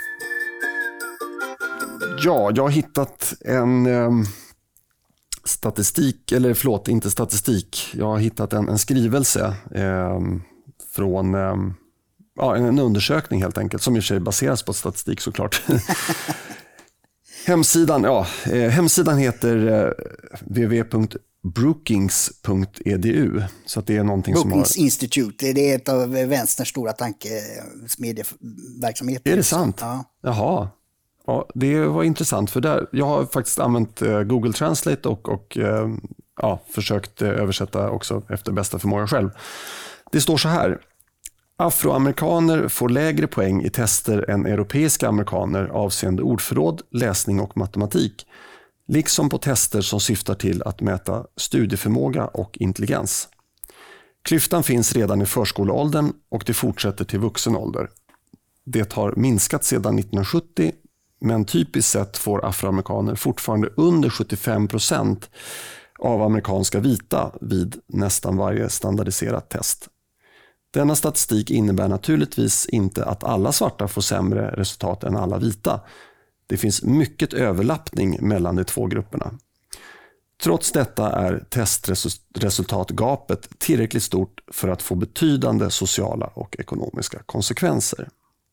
A: Ja, jag har hittat en eh, statistik, eller förlåt, inte statistik. Jag har hittat en, en skrivelse eh, från eh, ja, en undersökning helt enkelt, som i och för sig baseras på statistik såklart. Hemsidan, ja, eh, hemsidan heter eh, w w w punkt brookings punkt e d u. Så att det är någonting
C: Brookings
A: som har...
C: Institute, det är ett av vänsterns stora tankesmedieverksamheter.
A: Är det sant?
C: Ja.
A: Jaha. Ja, det var intressant, för där, jag har faktiskt använt eh, Google Translate och, och eh, ja, försökt eh, översätta också efter bästa förmåga själv. Det står så här: afroamerikaner får lägre poäng i tester än europeiska amerikaner avseende ordförråd, läsning och matematik, liksom på tester som syftar till att mäta studieförmåga och intelligens. Klyftan finns redan i förskoleåldern och det fortsätter till vuxen ålder. Det har minskat sedan nittonhundrasjuttio, men typiskt sett får afroamerikaner fortfarande under sjuttiofem procent av amerikanska vita vid nästan varje standardiserat test. Denna statistik innebär naturligtvis inte att alla svarta får sämre resultat än alla vita. Det finns mycket överlappning mellan de två grupperna. Trots detta är testresultatgapet tillräckligt stort för att få betydande sociala och ekonomiska konsekvenser.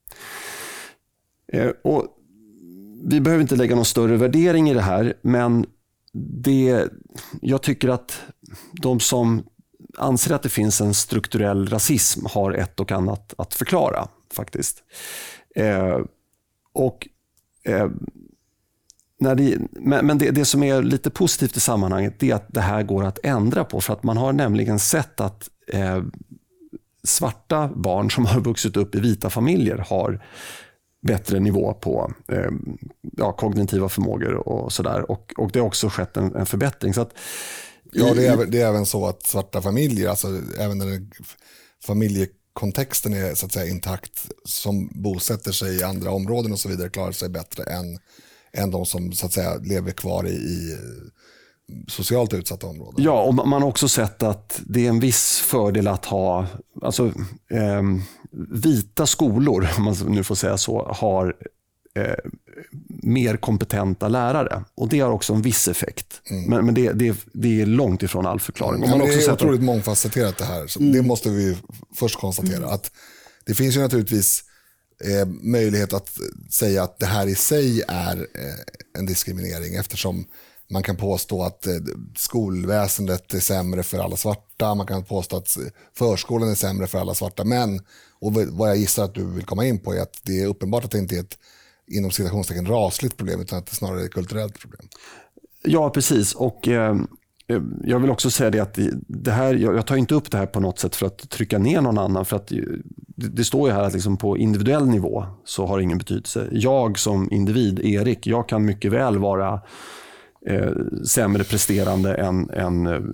A: Och vi behöver inte lägga någon större värdering i det här, men det, jag tycker att de som anser att det finns en strukturell rasism har ett och annat att förklara faktiskt. Eh, och eh, när det, men men det, det som är lite positivt i sammanhanget är att det här går att ändra på, för att man har nämligen sett att eh, svarta barn som har vuxit upp i vita familjer har bättre nivå på eh, ja, kognitiva förmågor och sådär, och, och det har också skett en, en förbättring. Så att
B: Ja, det är, det är även så att svarta familjer, alltså även när familjekontexten är så att säga intakt, som bosätter sig i andra områden och så vidare, klarar sig bättre än, än de som så att säga lever kvar i, i socialt utsatta områden.
A: Ja, och man har också sett att det är en viss fördel att ha, alltså eh, vita skolor, om man nu får säga så, har eh, mer kompetenta lärare, och det har också en viss effekt. Mm. Men, men det, det, det är långt ifrån all förklaring.
B: Mm.
A: Man
B: ja,
A: också
B: det är otroligt
A: att...
B: mångfacetterat det här, så mm. det måste vi först konstatera. Mm. Att det finns ju naturligtvis eh, möjlighet att säga att det här i sig är eh, en diskriminering, eftersom man kan påstå att eh, skolväsendet är sämre för alla svarta, man kan påstå att förskolan är sämre för alla svarta, men, och vad jag gissar att du vill komma in på är att det är uppenbart att det inte är ett inom citationstecken rasligt problem, utan att det snarare är ett kulturellt problem.
A: Ja, precis. Och eh, jag vill också säga det att det här, jag tar inte upp det här på något sätt för att trycka ner någon annan, för att det, det står ju här att liksom på individuell nivå så har det ingen betydelse. Jag som individ, Erik, jag kan mycket väl vara eh, sämre presterande än, än eh,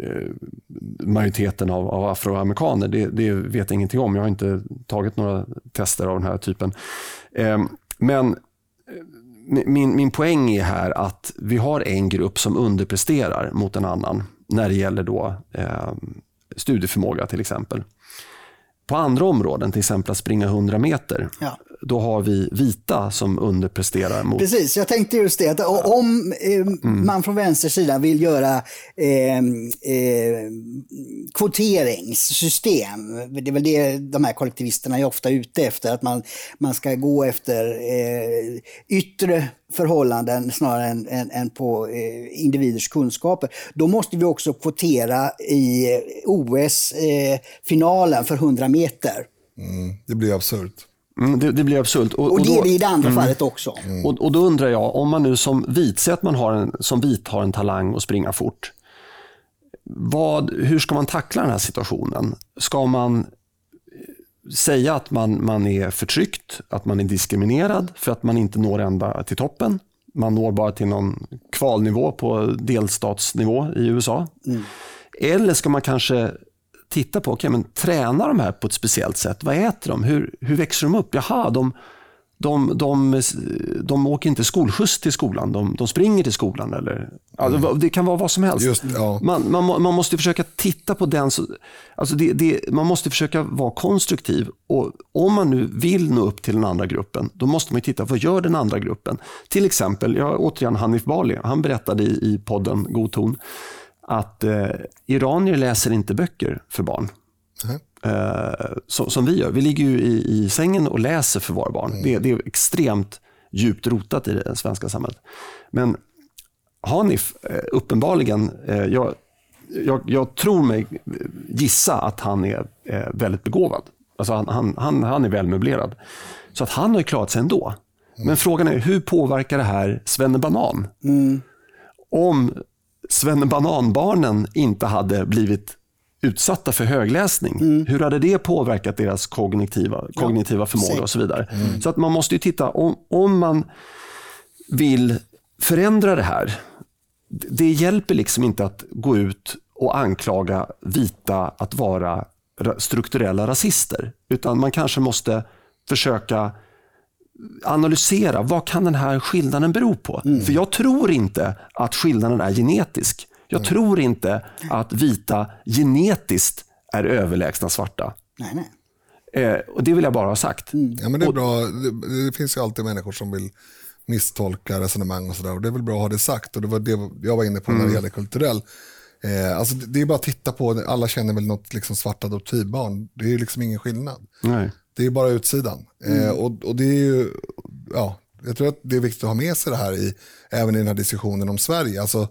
A: majoriteten av, av afroamerikaner. Det, det vet jag ingenting om. Jag har inte tagit några tester av den här typen. Eh, men Min, min poäng är här att vi har en grupp som underpresterar mot en annan när det gäller då, eh, studieförmåga till exempel. På andra områden, till exempel att springa hundra meter, ja. Då har vi vita som underpresterar mot...
C: Precis, jag tänkte just det. Att om eh, mm. man från vänster sida vill göra eh, eh, kvoteringssystem, det är väl det de här kollektivisterna är ofta ute efter, att man, man ska gå efter eh, yttre förhållanden snarare än, än, än på eh, individers kunskaper. Då måste vi också kvotera i O S-finalen eh, för hundra meter.
B: Mm, det blir absurt.
A: Mm, det, det blir absurt.
C: Och, och det är det i det andra mm, fallet också.
A: Mm. Och, och då undrar jag, om man nu som vit, säger att man har en, som vit har en talang att springa fort. Vad, hur ska man tackla den här situationen? Ska man säga att man, man är förtryckt, att man är diskriminerad för att man inte når ända till toppen? Man når bara till någon kvalnivå på delstatsnivå i U S A. Mm. Eller ska man kanske titta på, okej, men tränar de här på ett speciellt sätt? Vad äter de? Hur, hur växer de upp? Jaha, de, de, de, de åker inte skolskjuts till skolan. De, de springer till skolan. Eller, alltså, det kan vara vad som helst.
B: Just, ja.
A: man, man, man måste försöka titta på den. Alltså det, det, man måste försöka vara konstruktiv. Och om man nu vill nå upp till den andra gruppen, då måste man titta, vad gör den andra gruppen? Till exempel, jag, återigen Hanif Bali, han berättade i, i podden God ton att eh, iranier läser inte böcker för barn. Mm. Eh, så, som vi gör. Vi ligger ju i, i sängen och läser för våra barn. Mm. Det, det är extremt djupt rotat i det svenska samhället. Men Hanif, eh, uppenbarligen, eh, jag, jag, jag tror mig gissa att han är eh, väldigt begåvad. Alltså han, han, han, han är välmöblerad. Så att han har ju klarat sig ändå. Mm. Men frågan är, hur påverkar det här Svennebanan? Mm. Om Svennebananbarnen inte hade blivit utsatta för högläsning, mm. hur hade det påverkat deras kognitiva, kognitiva förmåga ja, och så vidare? Mm. Så att man måste ju titta, om, om man vill förändra det här, det hjälper liksom inte att gå ut och anklaga vita att vara strukturella rasister, utan man kanske måste försöka analysera, vad kan den här skillnaden bero på? Mm. För jag tror inte att skillnaden är genetisk. Jag mm. tror inte att vita genetiskt är överlägsna svarta.
C: Nej, nej.
A: Eh, och det vill jag bara ha sagt.
B: Mm. Ja, men det är bra. Det, det finns ju alltid människor som vill misstolka resonemang och sådär. Och det är väl bra att ha det sagt. Och det var det jag var inne på när det gäller kulturell. Eh, alltså det är bara att titta på, alla känner väl något liksom svart adoptivbarn. Det är ju liksom ingen skillnad. Nej. Det är bara utsidan. Mm. Eh, och, och det är ju, ja, jag tror att det är viktigt att ha med sig det här i, även i den här diskussionen om Sverige. Alltså,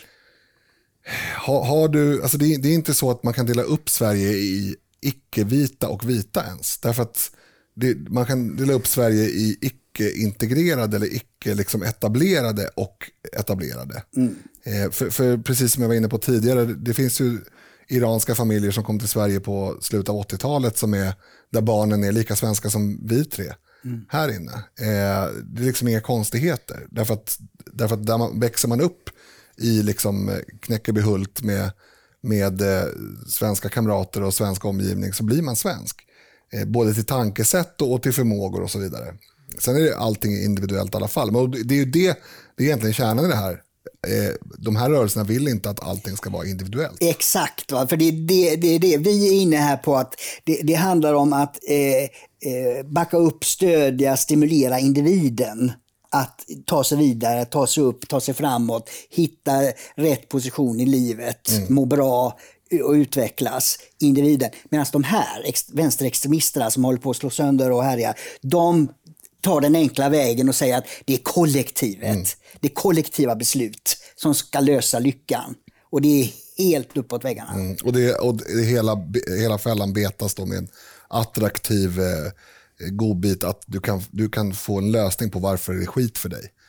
B: har, har du, alltså det, det är inte så att man kan dela upp Sverige i icke-vita och vita ens. Därför att det, man kan dela upp Sverige i icke-integrerade eller icke-etablerade liksom och etablerade. Mm. Eh, för, för precis som jag var inne på tidigare, det finns ju iranska familjer som kom till Sverige på slutet av åttiotalet som är, där barnen är lika svenska som vi tre mm. här inne. Eh, det är liksom inga konstigheter. Därför att, därför att där man, växer man upp i liksom Knäckebyhult med, med eh, svenska kamrater och svensk omgivning, så blir man svensk. Eh, både till tankesätt och, och till förmågor och så vidare. Sen är det allting individuellt i alla fall. Men det är ju det, det är egentligen kärnan i det här. De här rörelserna vill inte att allting ska vara individuellt.
C: Exakt, va? För det är det, det, är det vi är inne här på, att det, det handlar om att eh, eh, backa upp, stödja, stimulera individen att ta sig vidare, ta sig upp, ta sig framåt, hitta rätt position i livet, mm. må bra och utvecklas, individen. Medan de här ex- vänsterextremisterna som håller på att slå sönder och härja, de tar den enkla vägen och säger att det är kollektivet, mm. det är kollektiva beslut som ska lösa lyckan. Och det är helt uppåt väggarna. Mm.
B: Och, det, och det, hela, hela fällan betas då med en attraktiv eh, godbit att du kan, du kan få en lösning på varför det är skit för dig.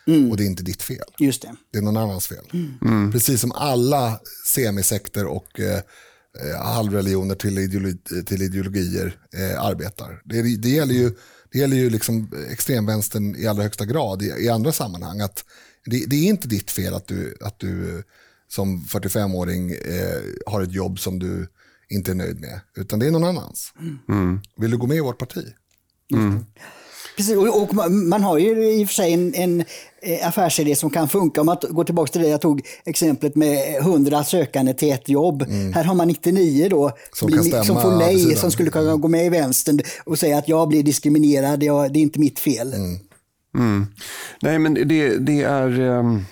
B: mm. och det är inte ditt fel.
C: Just det.
B: Det är någon annans fel.
C: Mm.
B: Mm. Precis som alla semisekter och eh, halvreligioner till, ideologi, till ideologier eh, arbetar. Det, det gäller ju, det gäller ju liksom extremvänstern i allra högsta grad i, i andra sammanhang. Att det, det är inte ditt fel att du, att du som fyrtiofemåring eh, har ett jobb som du inte är nöjd med, utan det är någon annans. Mm. Vill du gå med i vårt parti?
C: Mm. Precis, och, och man, man har ju i och för sig en, en affärsidé som kan funka. Om man går tillbaka till det jag tog exemplet med hundra sökande till ett jobb. Mm. Här har man nittionio då
B: som, kan stämma,
C: som får nej, som skulle kunna gå med i vänstern och säga att jag blir diskriminerad, jag, det är inte mitt fel.
A: Mm. Mm. Nej, men det, det är um,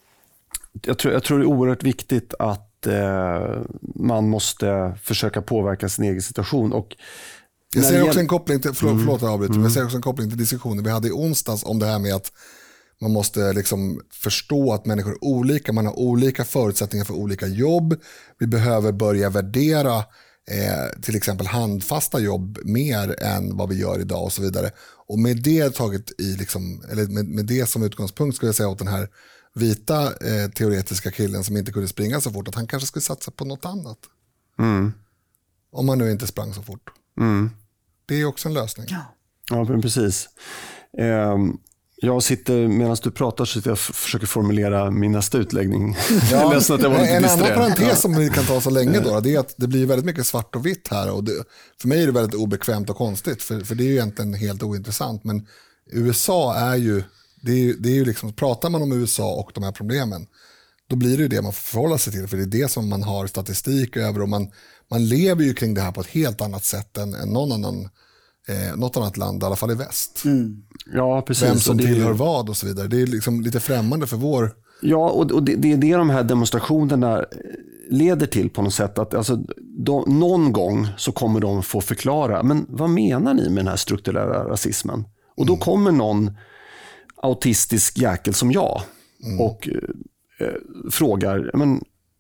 A: jag, tror, jag tror det är oerhört viktigt att uh, man måste försöka påverka sin egen situation. Och
B: jag ser också en koppling till, förlåt, förlåt jag avbryter, mm. jag ser också en koppling till diskussionen vi hade i onsdags om det här med att man måste liksom förstå att människor är olika, man har olika förutsättningar för olika jobb. Vi behöver börja värdera eh, till exempel handfasta jobb mer än vad vi gör idag och så vidare. Och med det taget i liksom, eller med, med det som utgångspunkt skulle jag säga åt den här vita eh, teoretiska killen som inte kunde springa så fort att han kanske skulle satsa på något annat. Mm. Om man nu inte sprang så fort. Mm. Det är också en lösning.
C: Ja,
A: ja men precis. Um... Jag sitter, medan du pratar så jag f- försöker formulera min nästa utläggning.
B: Ja, att jag var en annan parentes ja. som vi kan ta så länge då, det är att det blir väldigt mycket svart och vitt här. Och det, för mig är det väldigt obekvämt och konstigt, för, för det är ju egentligen helt ointressant. Men U S A är ju, det är ju, det är ju liksom, pratar man om U S A och de här problemen, då blir det ju det man får förhålla sig till. För det är det som man har statistik över och man, man lever ju kring det här på ett helt annat sätt än, än någon annan Eh, något annat land, i alla fall i väst.
A: Mm. Ja, precis.
B: Vem som
A: det
B: tillhör
A: är...
B: vad och så vidare. Det är liksom lite främmande för vår...
A: Ja, och, och det, det är det de här demonstrationerna leder till på något sätt. Att, alltså, de, någon gång så kommer de få förklara, men vad menar ni med den här strukturella rasismen? Och då mm. kommer någon autistisk jäkel som jag mm. och eh, frågar, men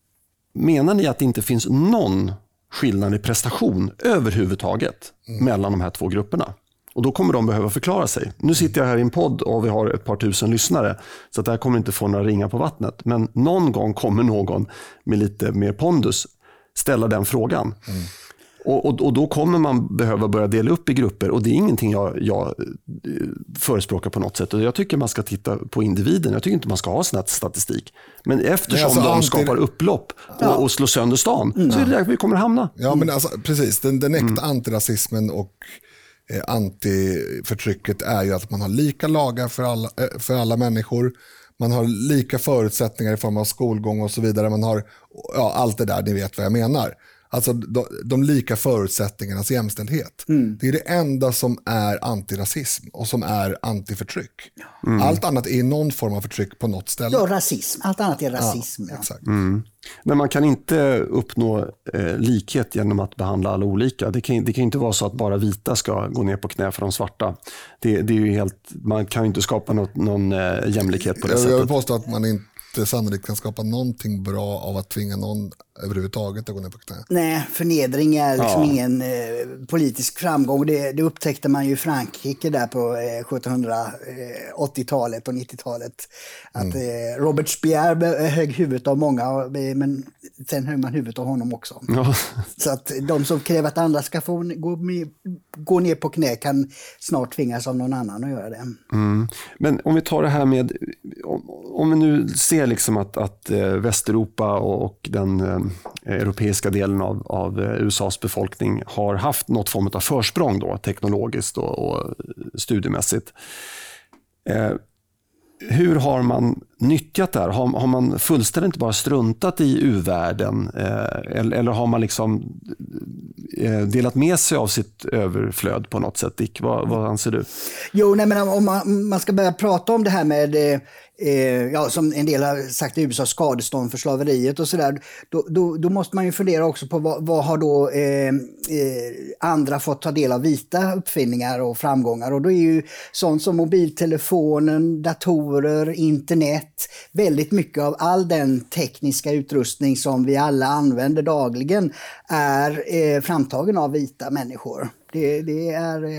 A: menar ni att det inte finns någon skillnad i prestation överhuvudtaget mm. mellan de här två grupperna? Och då kommer de behöva förklara sig. Nu sitter jag här i en podd och vi har ett par tusen lyssnare, så att det här kommer inte få några ringar på vattnet. Men någon gång kommer någon med lite mer pondus ställa den frågan. Mm. Och, och, och då kommer man behöva börja dela upp i grupper, och det är ingenting jag, jag förespråkar på något sätt. Och jag tycker man ska titta på individen. Jag tycker inte man ska ha sån här statistik. Men eftersom alltså, de anti... skapar upplopp och, ja. och slår sönder stan, mm. så är det där vi kommer hamna.
B: Ja, men alltså, precis. Den, den äkta mm. antirasismen och eh, antiförtrycket är ju att man har lika lagar för alla, eh, för alla människor. Man har lika förutsättningar i form av skolgång och så vidare. Man har ja, allt det där, ni vet vad jag menar. Alltså de, de lika förutsättningarnas jämställdhet. Mm. Det är det enda som är antirasism och som är antiförtryck. Mm. Allt annat är någon form av förtryck på något ställe.
C: Ja, rasism. Allt annat är rasism.
B: Ja,
C: ja.
B: Exakt.
A: Mm. Men man kan inte uppnå eh, likhet genom att behandla alla olika. Det kan, det kan inte vara så att bara vita ska gå ner på knä för de svarta. Det, det är ju helt, man kan ju inte skapa något, någon eh, jämlikhet på det
B: jag,
A: sättet.
B: Jag vill påstå att man inte sannolikt kan skapa någonting bra av att tvinga någon överhuvudtaget att gå ner på knä.
C: Nej, förnedring är liksom
A: ja.
C: ingen eh, politisk framgång. Det, det upptäckte man ju i Frankrike där på eh, sjuttonhundraåttiotalet och nittiotalet. Att mm. eh, Robert Spier högg huvudet av många, men sen högg man huvudet av honom också. Ja. Så att de som kräver att andra ska få gå, med, gå ner på knä kan snart tvingas av någon annan att göra det.
A: Mm. Men om vi tar det här med, om, om vi nu ser liksom att, att eh, Västeuropa och, och den eh, europeiska delen av, av U S A:s befolkning har haft något form av försprång då, teknologiskt och, och studiemässigt. Eh, hur har man nyttjat det här? Har, har man fullständigt bara struntat i u-världen eh, eller, eller har man liksom eh, delat med sig av sitt överflöd på något sätt? Dick, vad, vad anser du?
C: Jo, nej, men om man, man ska börja prata om det här med eh, ja, som en del har sagt i U S A, skadestånd för slaveriet och sådär, då, då, då måste man ju fundera också på vad, vad har då eh, eh, andra fått ta del av vita uppfinningar och framgångar, och då är ju sånt som mobiltelefonen, datorer, internet, väldigt mycket av all den tekniska utrustning som vi alla använder dagligen är eh, framtagen av vita människor. Det, det är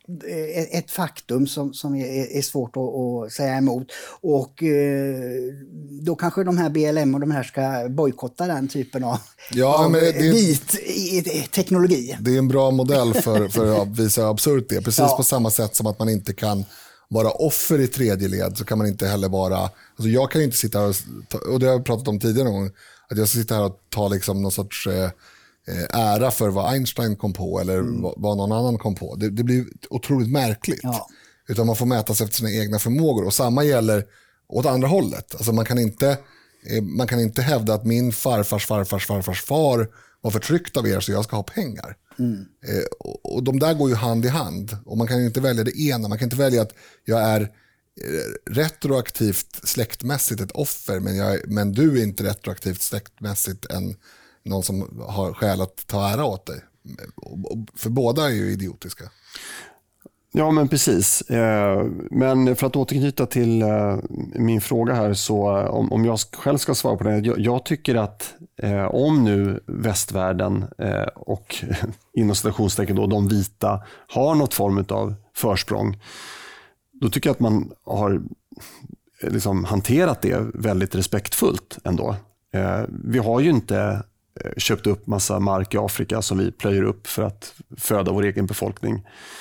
C: ett faktum som, som är, är svårt att, att säga emot. Och eh, då kanske de här B L M och de här ska bojkotta den typen av,
B: ja,
C: av
B: men det,
C: vit teknologi.
B: Det är en bra modell för, för att visa hur absurt det är. Precis
C: ja.
B: på samma sätt som att man inte kan vara offer i tredje led, så kan man inte heller vara... Alltså jag kan ju inte sitta här och, och det har jag pratat om tidigare någon gång, att jag ska sitta här och ta liksom någon sorts eh, ära för vad Einstein kom på eller mm. vad, vad någon annan kom på. Det, det blir otroligt märkligt. Ja. Utan man får mätas efter sina egna förmågor. Och samma gäller åt andra hållet. Alltså man kan inte, eh, man kan inte hävda att min farfars farfars farfars far var förtryckt av er så jag ska ha pengar. Mm. Eh, och, och de där går ju hand i hand. Och man kan ju inte välja det ena. Man kan inte välja att jag är eh, retroaktivt släktmässigt ett offer, men, jag, men du är inte retroaktivt släktmässigt en, någon som har skäl att ta ära åt dig. Och, och, för båda är ju idiotiska.
A: Ja, men precis. Men för att återknyta till min fråga här, så om jag själv ska svara på det. Jag tycker att om nu västvärlden och inom citationstecken då de vita har något form av försprång, då tycker jag att man har liksom hanterat det väldigt respektfullt ändå. Vi har ju inte köpt upp massa mark i Afrika som vi plöjer upp för att föda vår egen befolkning.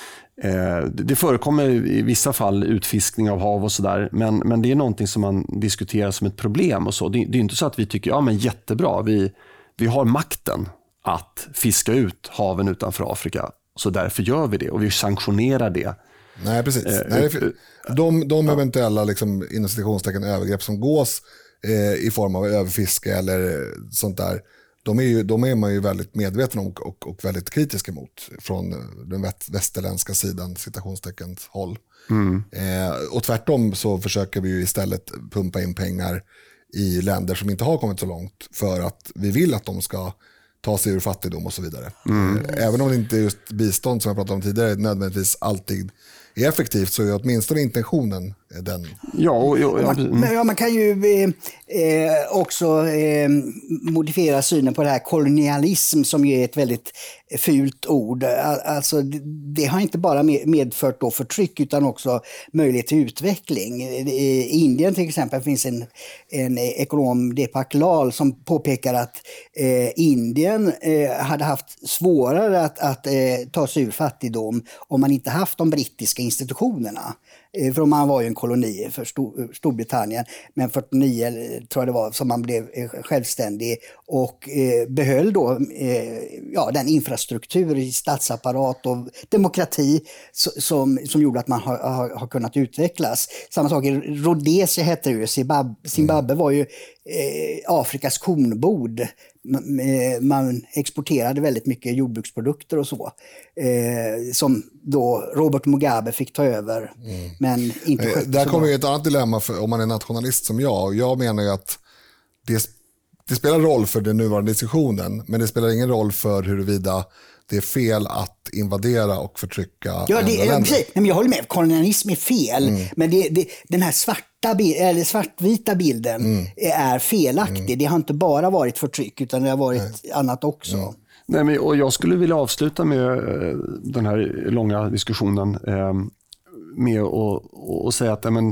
A: Det förekommer i vissa fall utfiskning av hav och sådär, men, men det är någonting som man diskuterar som ett problem och så. Det, det är inte så att vi tycker, ja men jättebra, vi, vi har makten att fiska ut haven utanför Afrika, så därför gör vi det och vi sanktionerar det.
B: Nej, precis. Eh, Nej, de de ja. eventuella liksom, inom citationstecken övergrepp som gås eh, i form av överfiske eller sånt där, De är, ju, de är man ju väldigt medveten om och, och, och väldigt kritiska mot från den västerländska sidan, citationsteckens håll. Mm. Eh, och tvärtom så försöker vi ju istället pumpa in pengar i länder som inte har kommit så långt för att vi vill att de ska ta sig ur fattigdom och så vidare. Mm. Eh, även om det inte är just bistånd som jag pratade om tidigare nödvändigtvis alltid är effektivt, så är åtminstone intentionen den.
A: Ja, och, och, ja.
C: Man, ja, man kan ju eh, också eh, modifiera synen på det här kolonialism som är ett väldigt fult ord. Alltså, det, det har inte bara medfört då förtryck utan också möjlighet till utveckling. I Indien till exempel finns en, en ekonom, Deepak Lal, som påpekar att eh, Indien eh, hade haft svårare att, att eh, ta sig ur fattigdom om man inte haft de brittiska institutionerna. För man var ju en koloni för Stor- Storbritannien, men fyrtionio tror jag det var som man blev självständig och eh, behöll då eh, ja, den infrastruktur i statsapparat och demokrati som, som gjorde att man har, har, har kunnat utvecklas. Samma sak i Rhodesia hette det ju, Zimbabwe, Zimbabwe var ju eh, Afrikas kornbod. Man exporterade väldigt mycket jordbruksprodukter och så eh, som då Robert Mugabe fick ta över. Mm. Men inte
B: eh, där kommer ju ett annat dilemma för, om man är nationalist som jag. Och jag menar ju att det, det spelar roll för den nuvarande diskussionen, men det spelar ingen roll för huruvida det är fel att invadera och förtrycka
C: ja, det,
B: länder.
C: Precis. Men jag håller med, kolonialism är fel. Mm. Men det, det, den här svarta eller svartvita bilden mm. är felaktig. Mm. Det har inte bara varit förtryck utan det har varit Nej. annat också. Mm.
A: Nej, men, och jag skulle vilja avsluta med eh, den här långa diskussionen eh, med att säga att men,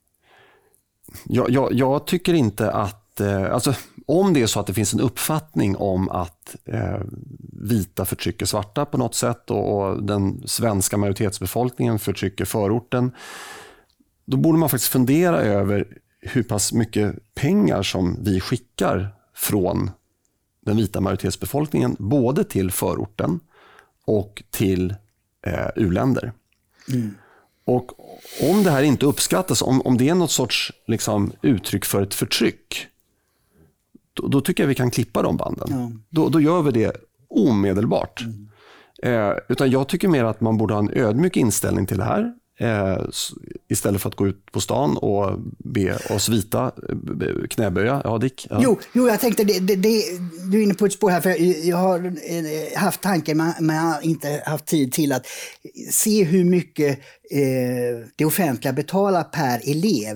A: jag, jag, jag tycker inte att eh, alltså, om det är så att det finns en uppfattning om att eh, vita förtrycker svarta på något sätt och, och den svenska majoritetsbefolkningen förtrycker förorten, då borde man faktiskt fundera över hur pass mycket pengar som vi skickar från den vita majoritetsbefolkningen både till förorten och till eh, u-länder. Mm. Och om det här inte uppskattas, om, om det är något sorts liksom, uttryck för ett förtryck, då, då tycker jag vi kan klippa de banden. Ja. Då, då gör vi det omedelbart. Mm. Eh, utan jag tycker mer att man borde ha en ödmjuk inställning till det här. Eh, istället för att gå ut på stan och be oss vita knäböja. Ja, Dick. Ja.
C: Jo, jo, jag tänkte, det, det, det, du är inne på ett spår här, för jag har haft tanken, men jag har inte haft tid till att se hur mycket eh, det offentliga betalar per elev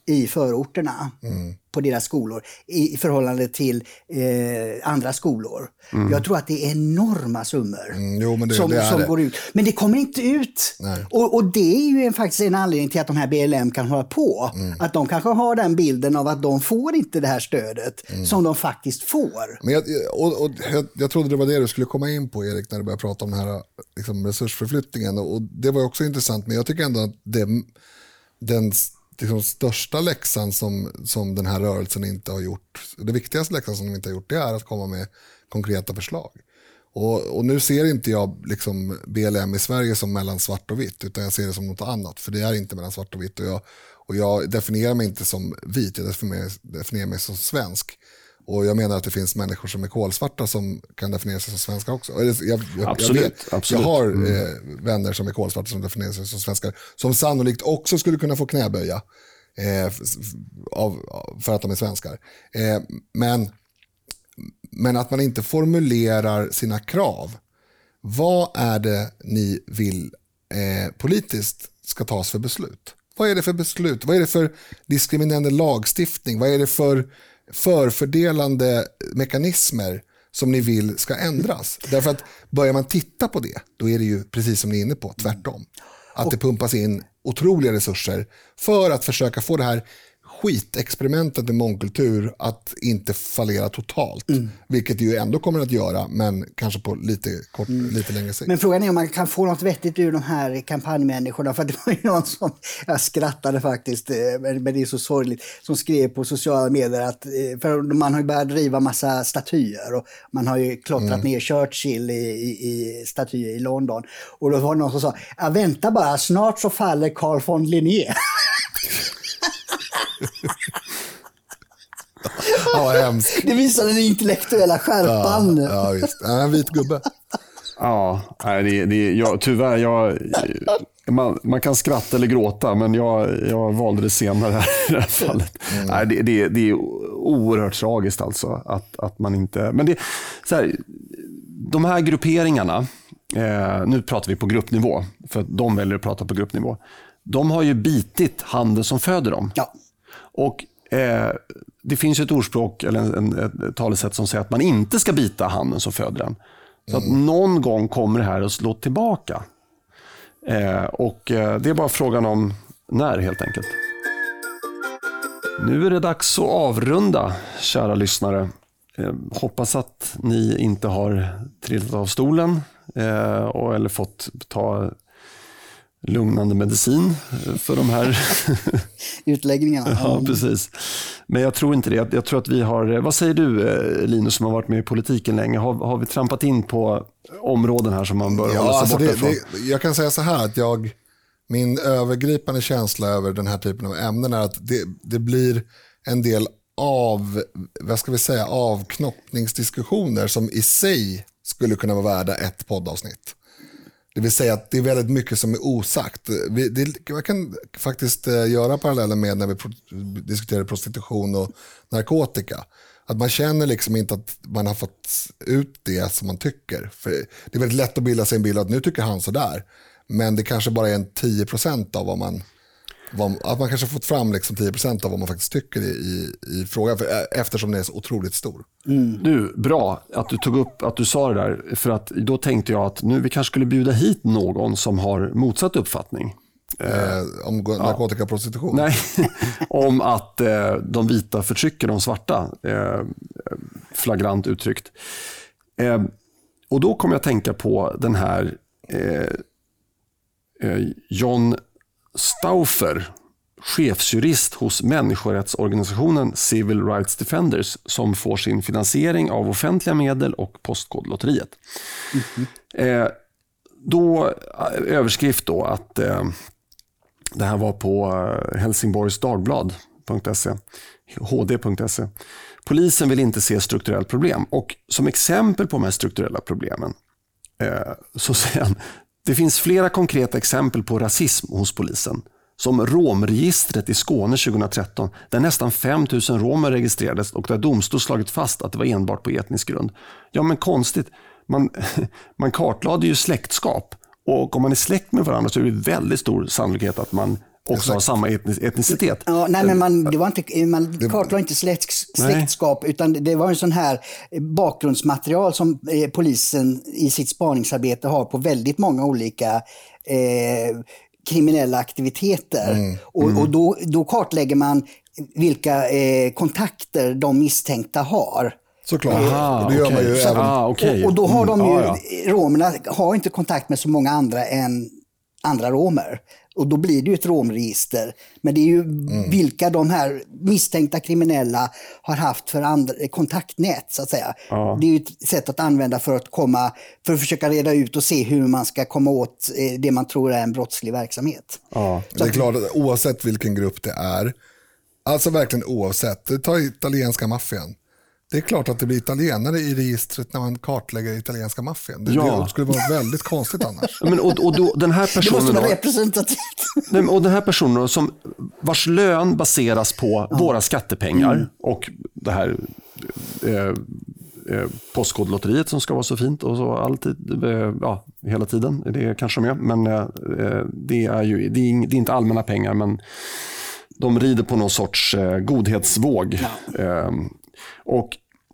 C: i förorterna mm. på deras skolor i, i förhållande till eh, andra skolor. Mm. Jag tror att det är enorma summor
B: mm, jo, men det,
C: som,
B: det är
C: som
B: det.
C: går ut. Men det kommer inte ut. Och, och det är ju en, faktiskt en anledning till att de här B L M kan hålla på. Mm. Att de kanske har den bilden av att de får inte det här stödet mm. som de faktiskt får.
B: Men jag, och, och, jag, jag trodde det var det du skulle komma in på, Erik, när du började prata om den här liksom, resursförflyttningen. Och, och det var också intressant, men jag tycker ändå att det, den liksom, största läxan som, som den här rörelsen inte har gjort, det viktigaste läxan som de inte har gjort, det är att komma med konkreta förslag. Och, och nu ser inte jag liksom B L M i Sverige som mellan svart och vitt, utan jag ser det som något annat, för det är inte mellan svart och vitt. Och jag, och jag definierar mig inte som vit, jag definierar, definierar mig som svensk. Och jag menar att det finns människor som är kolsvarta som kan definiera sig som svenskar också. Jag, jag,
A: absolut,
B: jag, vet,
A: absolut.
B: jag har
A: mm.
B: eh, vänner som är kolsvarta som definierar sig som svenskar, som sannolikt också skulle kunna få knäböja eh, av, för att de är svenskar. Eh, men, men att man inte formulerar sina krav. Vad är det ni vill eh, politiskt ska tas för beslut? Vad är det för beslut? Vad är det för diskriminerande lagstiftning? Vad är det för förfördelande mekanismer som ni vill ska ändras? Därför att börjar man titta på det, då är det ju precis som ni är inne på, tvärtom. Att det pumpas in otroliga resurser för att försöka få det här skitexperimentet med mångkultur att inte fallera totalt. Mm. Vilket det ju ändå kommer att göra, men kanske på lite, kort, mm. lite längre sikt.
C: Men frågan är om man kan få något vettigt ur de här kampanjmänniskorna. För det var ju någon som, jag skrattade faktiskt, men det är så sorgligt, som skrev på sociala medier att, för man har ju börjat driva massa statyer och man har ju klottrat mm. ner Churchill i, i, i statyer i London. Och då var det någon som sa, ja, vänta bara, snart så faller Carl von Linné.
B: Ja, hemskt.
C: Det visar den intellektuella skärpan.
B: Ja, ja visst. Ja, en vit gubbe.
A: Ja, det, det, jag, tyvärr, jag, man, man kan skratta eller gråta, men jag, jag valde det senare här, i det här fallet. Mm. Nej, det, det, det är oerhört tragiskt alltså, att, att man inte... Men det, så här, de här grupperingarna, eh, nu pratar vi på gruppnivå, för att de väljer att prata på gruppnivå. De har ju bitit handen som föder dem. Ja. Och eh, det finns ju ett ordspråk eller en, en, ett talesätt som säger att man inte ska bita handen som föder den. Så mm. att någon gång kommer det här att slå tillbaka. Eh, och eh, det är bara frågan om när, helt enkelt. Nu är det dags att avrunda, kära lyssnare. Eh, hoppas att ni inte har trillat av stolen eh, och, eller fått ta lugnande medicin för de här
C: utläggningarna.
A: Ja, precis. Men jag tror inte det. Jag tror att vi har, vad säger du, Linus, som har varit med i politiken länge? Har, har vi trampat in på områden här som man bör ja, hålla sig
B: alltså
A: borta
B: det,
A: ifrån?
B: Det, jag kan säga så här att jag, min övergripande känsla över den här typen av ämnen är att det, det blir en del av, vad ska vi säga, avknoppningsdiskussioner som i sig skulle kunna vara värda ett poddavsnitt. Det vill säga att det är väldigt mycket som är osagt. Vi, det, man kan faktiskt göra paralleller med när vi pro, diskuterar prostitution och narkotika. Att man känner liksom inte att man har fått ut det som man tycker. För det är väldigt lätt att bilda sig en bild att nu tycker han så där. Men det kanske bara är en tio procent av vad man... Vad, att man kanske har fått fram liksom tio procent av vad man faktiskt tycker i, i, i frågan. För, eftersom det är så otroligt stor.
A: Mm. Du, bra att du tog upp att du sa det där. För att då tänkte jag att nu vi kanske skulle bjuda hit någon som har motsatt uppfattning.
B: Eh, om narkotika och prostitution?
A: Nej, om att eh, de vita förtrycker de svarta. Eh, flagrant uttryckt. Eh, och då kom jag att tänka på den här eh, eh, John Stauffer, chefsjurist hos människorättsorganisationen Civil Rights Defenders, som får sin finansiering av offentliga medel och Postkodlotteriet. Mm-hmm. Eh, då, överskrift då att eh, det här var på Helsingborgs Dagblad punkt se, h d punkt se. Polisen vill inte se strukturellt problem, och som exempel på de här strukturella problemen eh, så säger han: det finns flera konkreta exempel på rasism hos polisen, som romregistret i Skåne tjugohundratretton, där nästan fem tusen romer registrerades och där domstol slagit fast att det var enbart på etnisk grund. Ja, men konstigt. Man, man kartlade ju släktskap, och om man är släkt med varandra så är det väldigt stor sannolikhet att man också har samma etnic- etnicitet.
C: Ja, nej, men man, det var inte, man kartlade inte släkt, släktskap, utan det var en sån här bakgrundsmaterial som eh, polisen i sitt spaningsarbete har på väldigt många olika eh, kriminella aktiviteter. Mm. Och, mm. och då, då kartlägger man vilka eh, kontakter de misstänkta har.
B: Såklart. Aha, det gör okay. man ju så, även...
A: ah, okay.
C: och, och då har de ju,
A: mm, ah, ja.
C: romerna har inte kontakt med så många andra än andra romer. Och då blir det ju ett romregister. Men det är ju mm. vilka de här misstänkta kriminella har haft för andra, kontaktnät, så att säga. Ja. Det är ju ett sätt att använda för att komma, för att försöka reda ut och se hur man ska komma åt det man tror är en brottslig verksamhet.
B: Ja. Det är klart att oavsett vilken grupp det är, alltså verkligen oavsett, ta italienska maffian. Det är klart att det blir italienare i registret när man kartlägger italienska maffian. Det, ja. det skulle vara väldigt konstigt annars.
A: Men, och, och då, den här personen
C: det måste vara
A: då,
C: representativt.
A: Nej, och den här personen då, som, vars lön baseras på ja. våra skattepengar mm. och det här eh, eh, postkodlotteriet som ska vara så fint och så alltid, eh, ja, hela tiden. Det kanske med, men eh, det är ju det är, det är inte allmänna pengar, men de rider på någon sorts eh, godhetsvåg. Ja. Eh, Och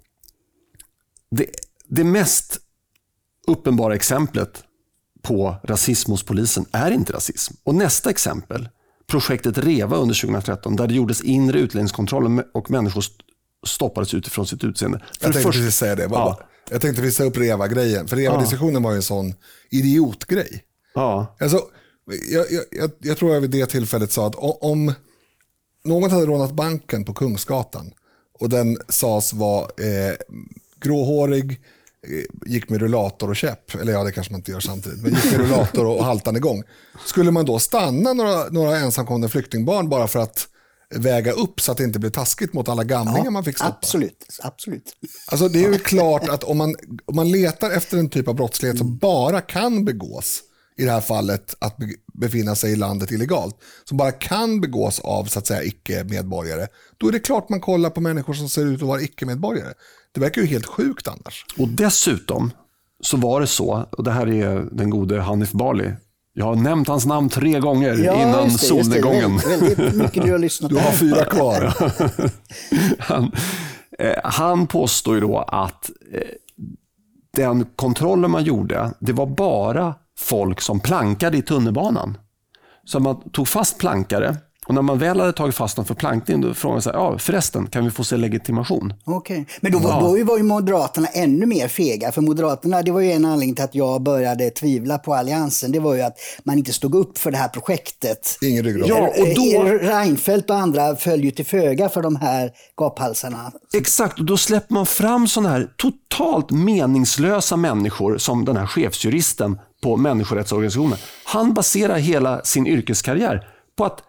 A: det, det mest uppenbara exemplet på rasism hos polisen är inte rasism. Och nästa exempel, projektet Reva under tjugohundratretton, där det gjordes inre utlänningskontroll och människor stoppades utifrån sitt utseende. För
B: jag tänkte först... precis säga det. Ja. Jag tänkte visa upp Reva-grejen. För Reva-diskussionen ja. var ju en sån idiotgrej.
A: Ja.
B: Alltså, jag, jag, jag, jag tror jag vid det tillfället sa att om någon hade rånat banken på Kungsgatan och den sades vara eh, gråhårig, eh, gick med rullator och käpp. Eller ja, det kanske man inte gör samtidigt. Men gick med rullator och haltan igång. Skulle man då stanna några, några ensamkommande flyktingbarn bara för att väga upp så att det inte blir taskigt mot alla gamlingar ja, man fick stoppa?
C: Absolut, absolut.
B: Alltså det är ju klart att om man, om man letar efter en typ av brottslighet som bara kan begås, i det här fallet att befinna sig i landet illegalt, som bara kan begås av så att säga icke-medborgare, då är det klart man kollar på människor som ser ut att vara icke-medborgare. Det verkar ju helt sjukt annars.
A: Och dessutom så var det så, och det här är den gode Hanif Bali, jag har nämnt hans namn tre gånger ja, innan just det, solnedgången.
C: Just det. Väldigt, väldigt mycket du har lyssnat på.
B: Du har fyra kvar.
A: han, eh, han påstår ju då att eh, den kontrollen man gjorde, det var bara folk som plankade i tunnelbanan. Så man tog fast plankare, och när man väl hade tagit fast dem för plankning, då frågade man sig, ja förresten, kan vi få se legitimation?
C: Okej, okay. Men då, ja. då var ju Moderaterna ännu mer fega, för Moderaterna, det var ju en anledning till att jag började tvivla på alliansen, det var ju att man inte stod upp för det här projektet.
B: Ingen ryggrad.
A: Ja, och då...
C: Reinfeldt och andra föll ju till föga för de här gaphalsarna.
A: Exakt, och då släpper man fram sådana här totalt meningslösa människor som den här chefsjuristen på människorättsorganisationen. Han baserar hela sin yrkeskarriär på att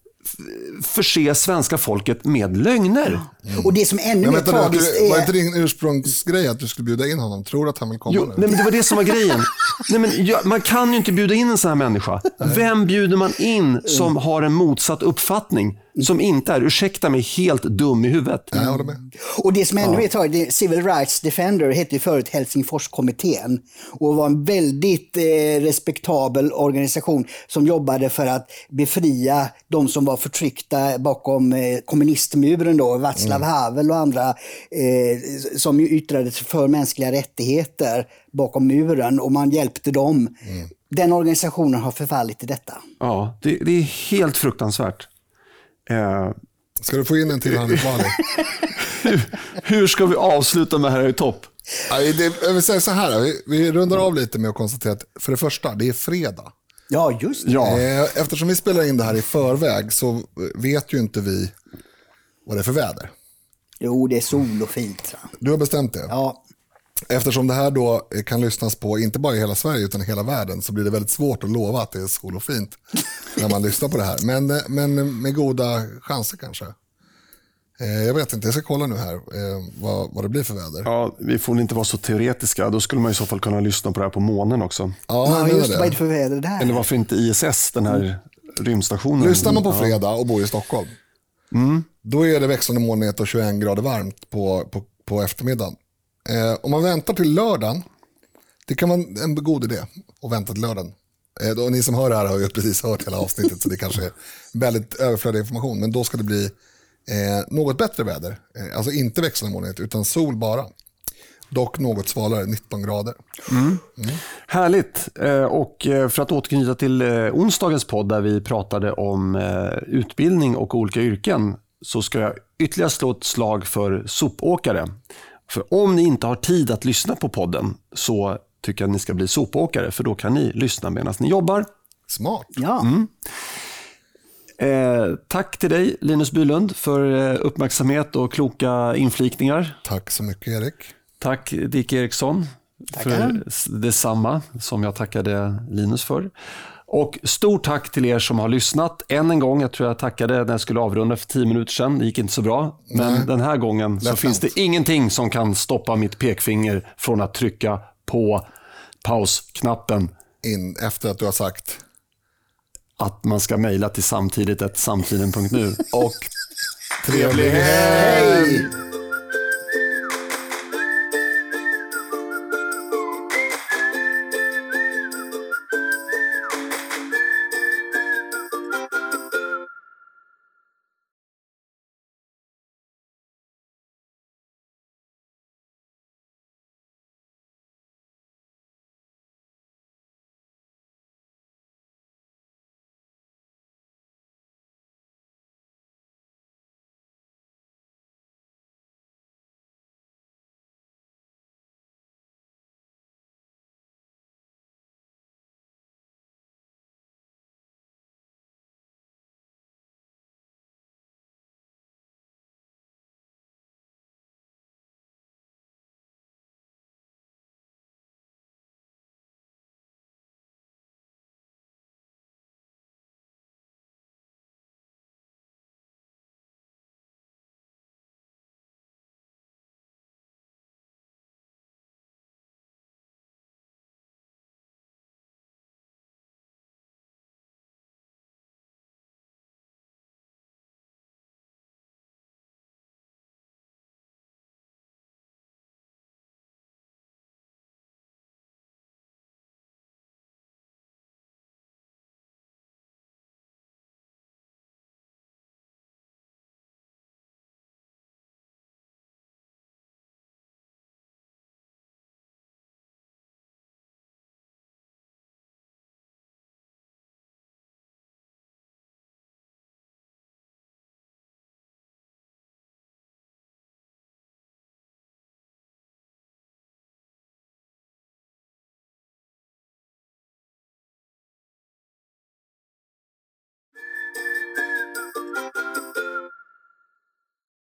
A: förse svenska folket med lögner.
C: Mm. Och det som ännu mer tragiskt är...
B: Var inte din ursprungsgrej att du skulle bjuda in honom? Tror att han vill komma
A: jo,
B: nu?
A: Nej, men det var det som var grejen. nej, men, ja, man kan ju inte bjuda in en sån här människa. Nej. Vem bjuder man in som mm. har en motsatt uppfattning? Som inte är, ursäkta mig, helt dum i huvudet.
B: Ja, jag håller med.
C: Och det som ännu mer tragiskt, Civil Rights Defender hette ju förut Helsingforskommittén och var en väldigt eh, respektabel organisation som jobbade för att befria de som var förtryckta bakom eh, kommunistmuren då, Václav mm. Havel och andra eh, som yttrade sig för mänskliga rättigheter bakom muren, och man hjälpte dem. Mm. Den organisationen har förfallit till detta.
A: Ja, det, det är helt fruktansvärt.
B: Uh, ska du få in en till Hanif Bali?
A: hur, hur ska vi avsluta med här i topp?
B: Ja, det, jag vill säga så här, vi, vi rundar av lite med att konstatera att för det första, det är fredag.
C: Ja, just det.
B: Ja. Eftersom vi spelar in det här i förväg så vet ju inte vi vad det är för väder.
C: Jo, det är sol och fint.
B: Du har bestämt det?
C: Ja.
B: Eftersom det här då kan lyssnas på inte bara i hela Sverige utan i hela världen, så blir det väldigt svårt att lova att det är sol och fint när man lyssnar på det här. Men, men med goda chanser kanske. Eh, jag vet inte, jag ska kolla nu här eh, vad, vad det blir för väder.
A: Ja, vi får inte vara så teoretiska. Då skulle man i så fall kunna lyssna på det här på månen också.
C: Ja, ja just det. Vad är det för väder där?
A: Eller varför inte I S S, den här mm. rymdstationen.
B: Lyssnar man på fredag och bor i Stockholm, mm. då är det växlande molnighet och tjugoen grader varmt på, på, på eftermiddagen. Eh, om man väntar till lördagen, det kan vara en god idé att vänta till lördagen. Eh, och ni som hör det här har ju precis hört hela avsnittet så det kanske är väldigt överflödig information. Men då ska det bli eh, något bättre väder. Eh, alltså inte växlande molnighet utan sol bara. Dock något svalare, nitton grader.
A: Mm. Mm. Härligt. Och för att återknyta till onsdagens podd där vi pratade om utbildning och olika yrken så ska jag ytterligare slå ett slag för sopåkare. För om ni inte har tid att lyssna på podden så tycker jag att ni ska bli sopåkare för då kan ni lyssna medan ni jobbar.
B: Smart.
C: Ja.
A: Mm. Eh, tack till dig Linus Bylund för
C: uppmärksamhet och kloka inflikningar.
B: Tack så mycket Erik.
A: Tack Dick Eriksson för detsamma som jag tackade Linus för. Och stort tack till er som har lyssnat. Än en gång, jag tror jag tackade när jag skulle avrunda för tio minuter sedan. Det gick inte så bra. Men Nej. den här gången så Lätt finns det ingenting som kan stoppa mitt pekfinger från att trycka på pausknappen.
B: In efter att du har sagt
A: att man ska mejla till samtidigt at samtiden punkt nu.
B: Och trevlig helg!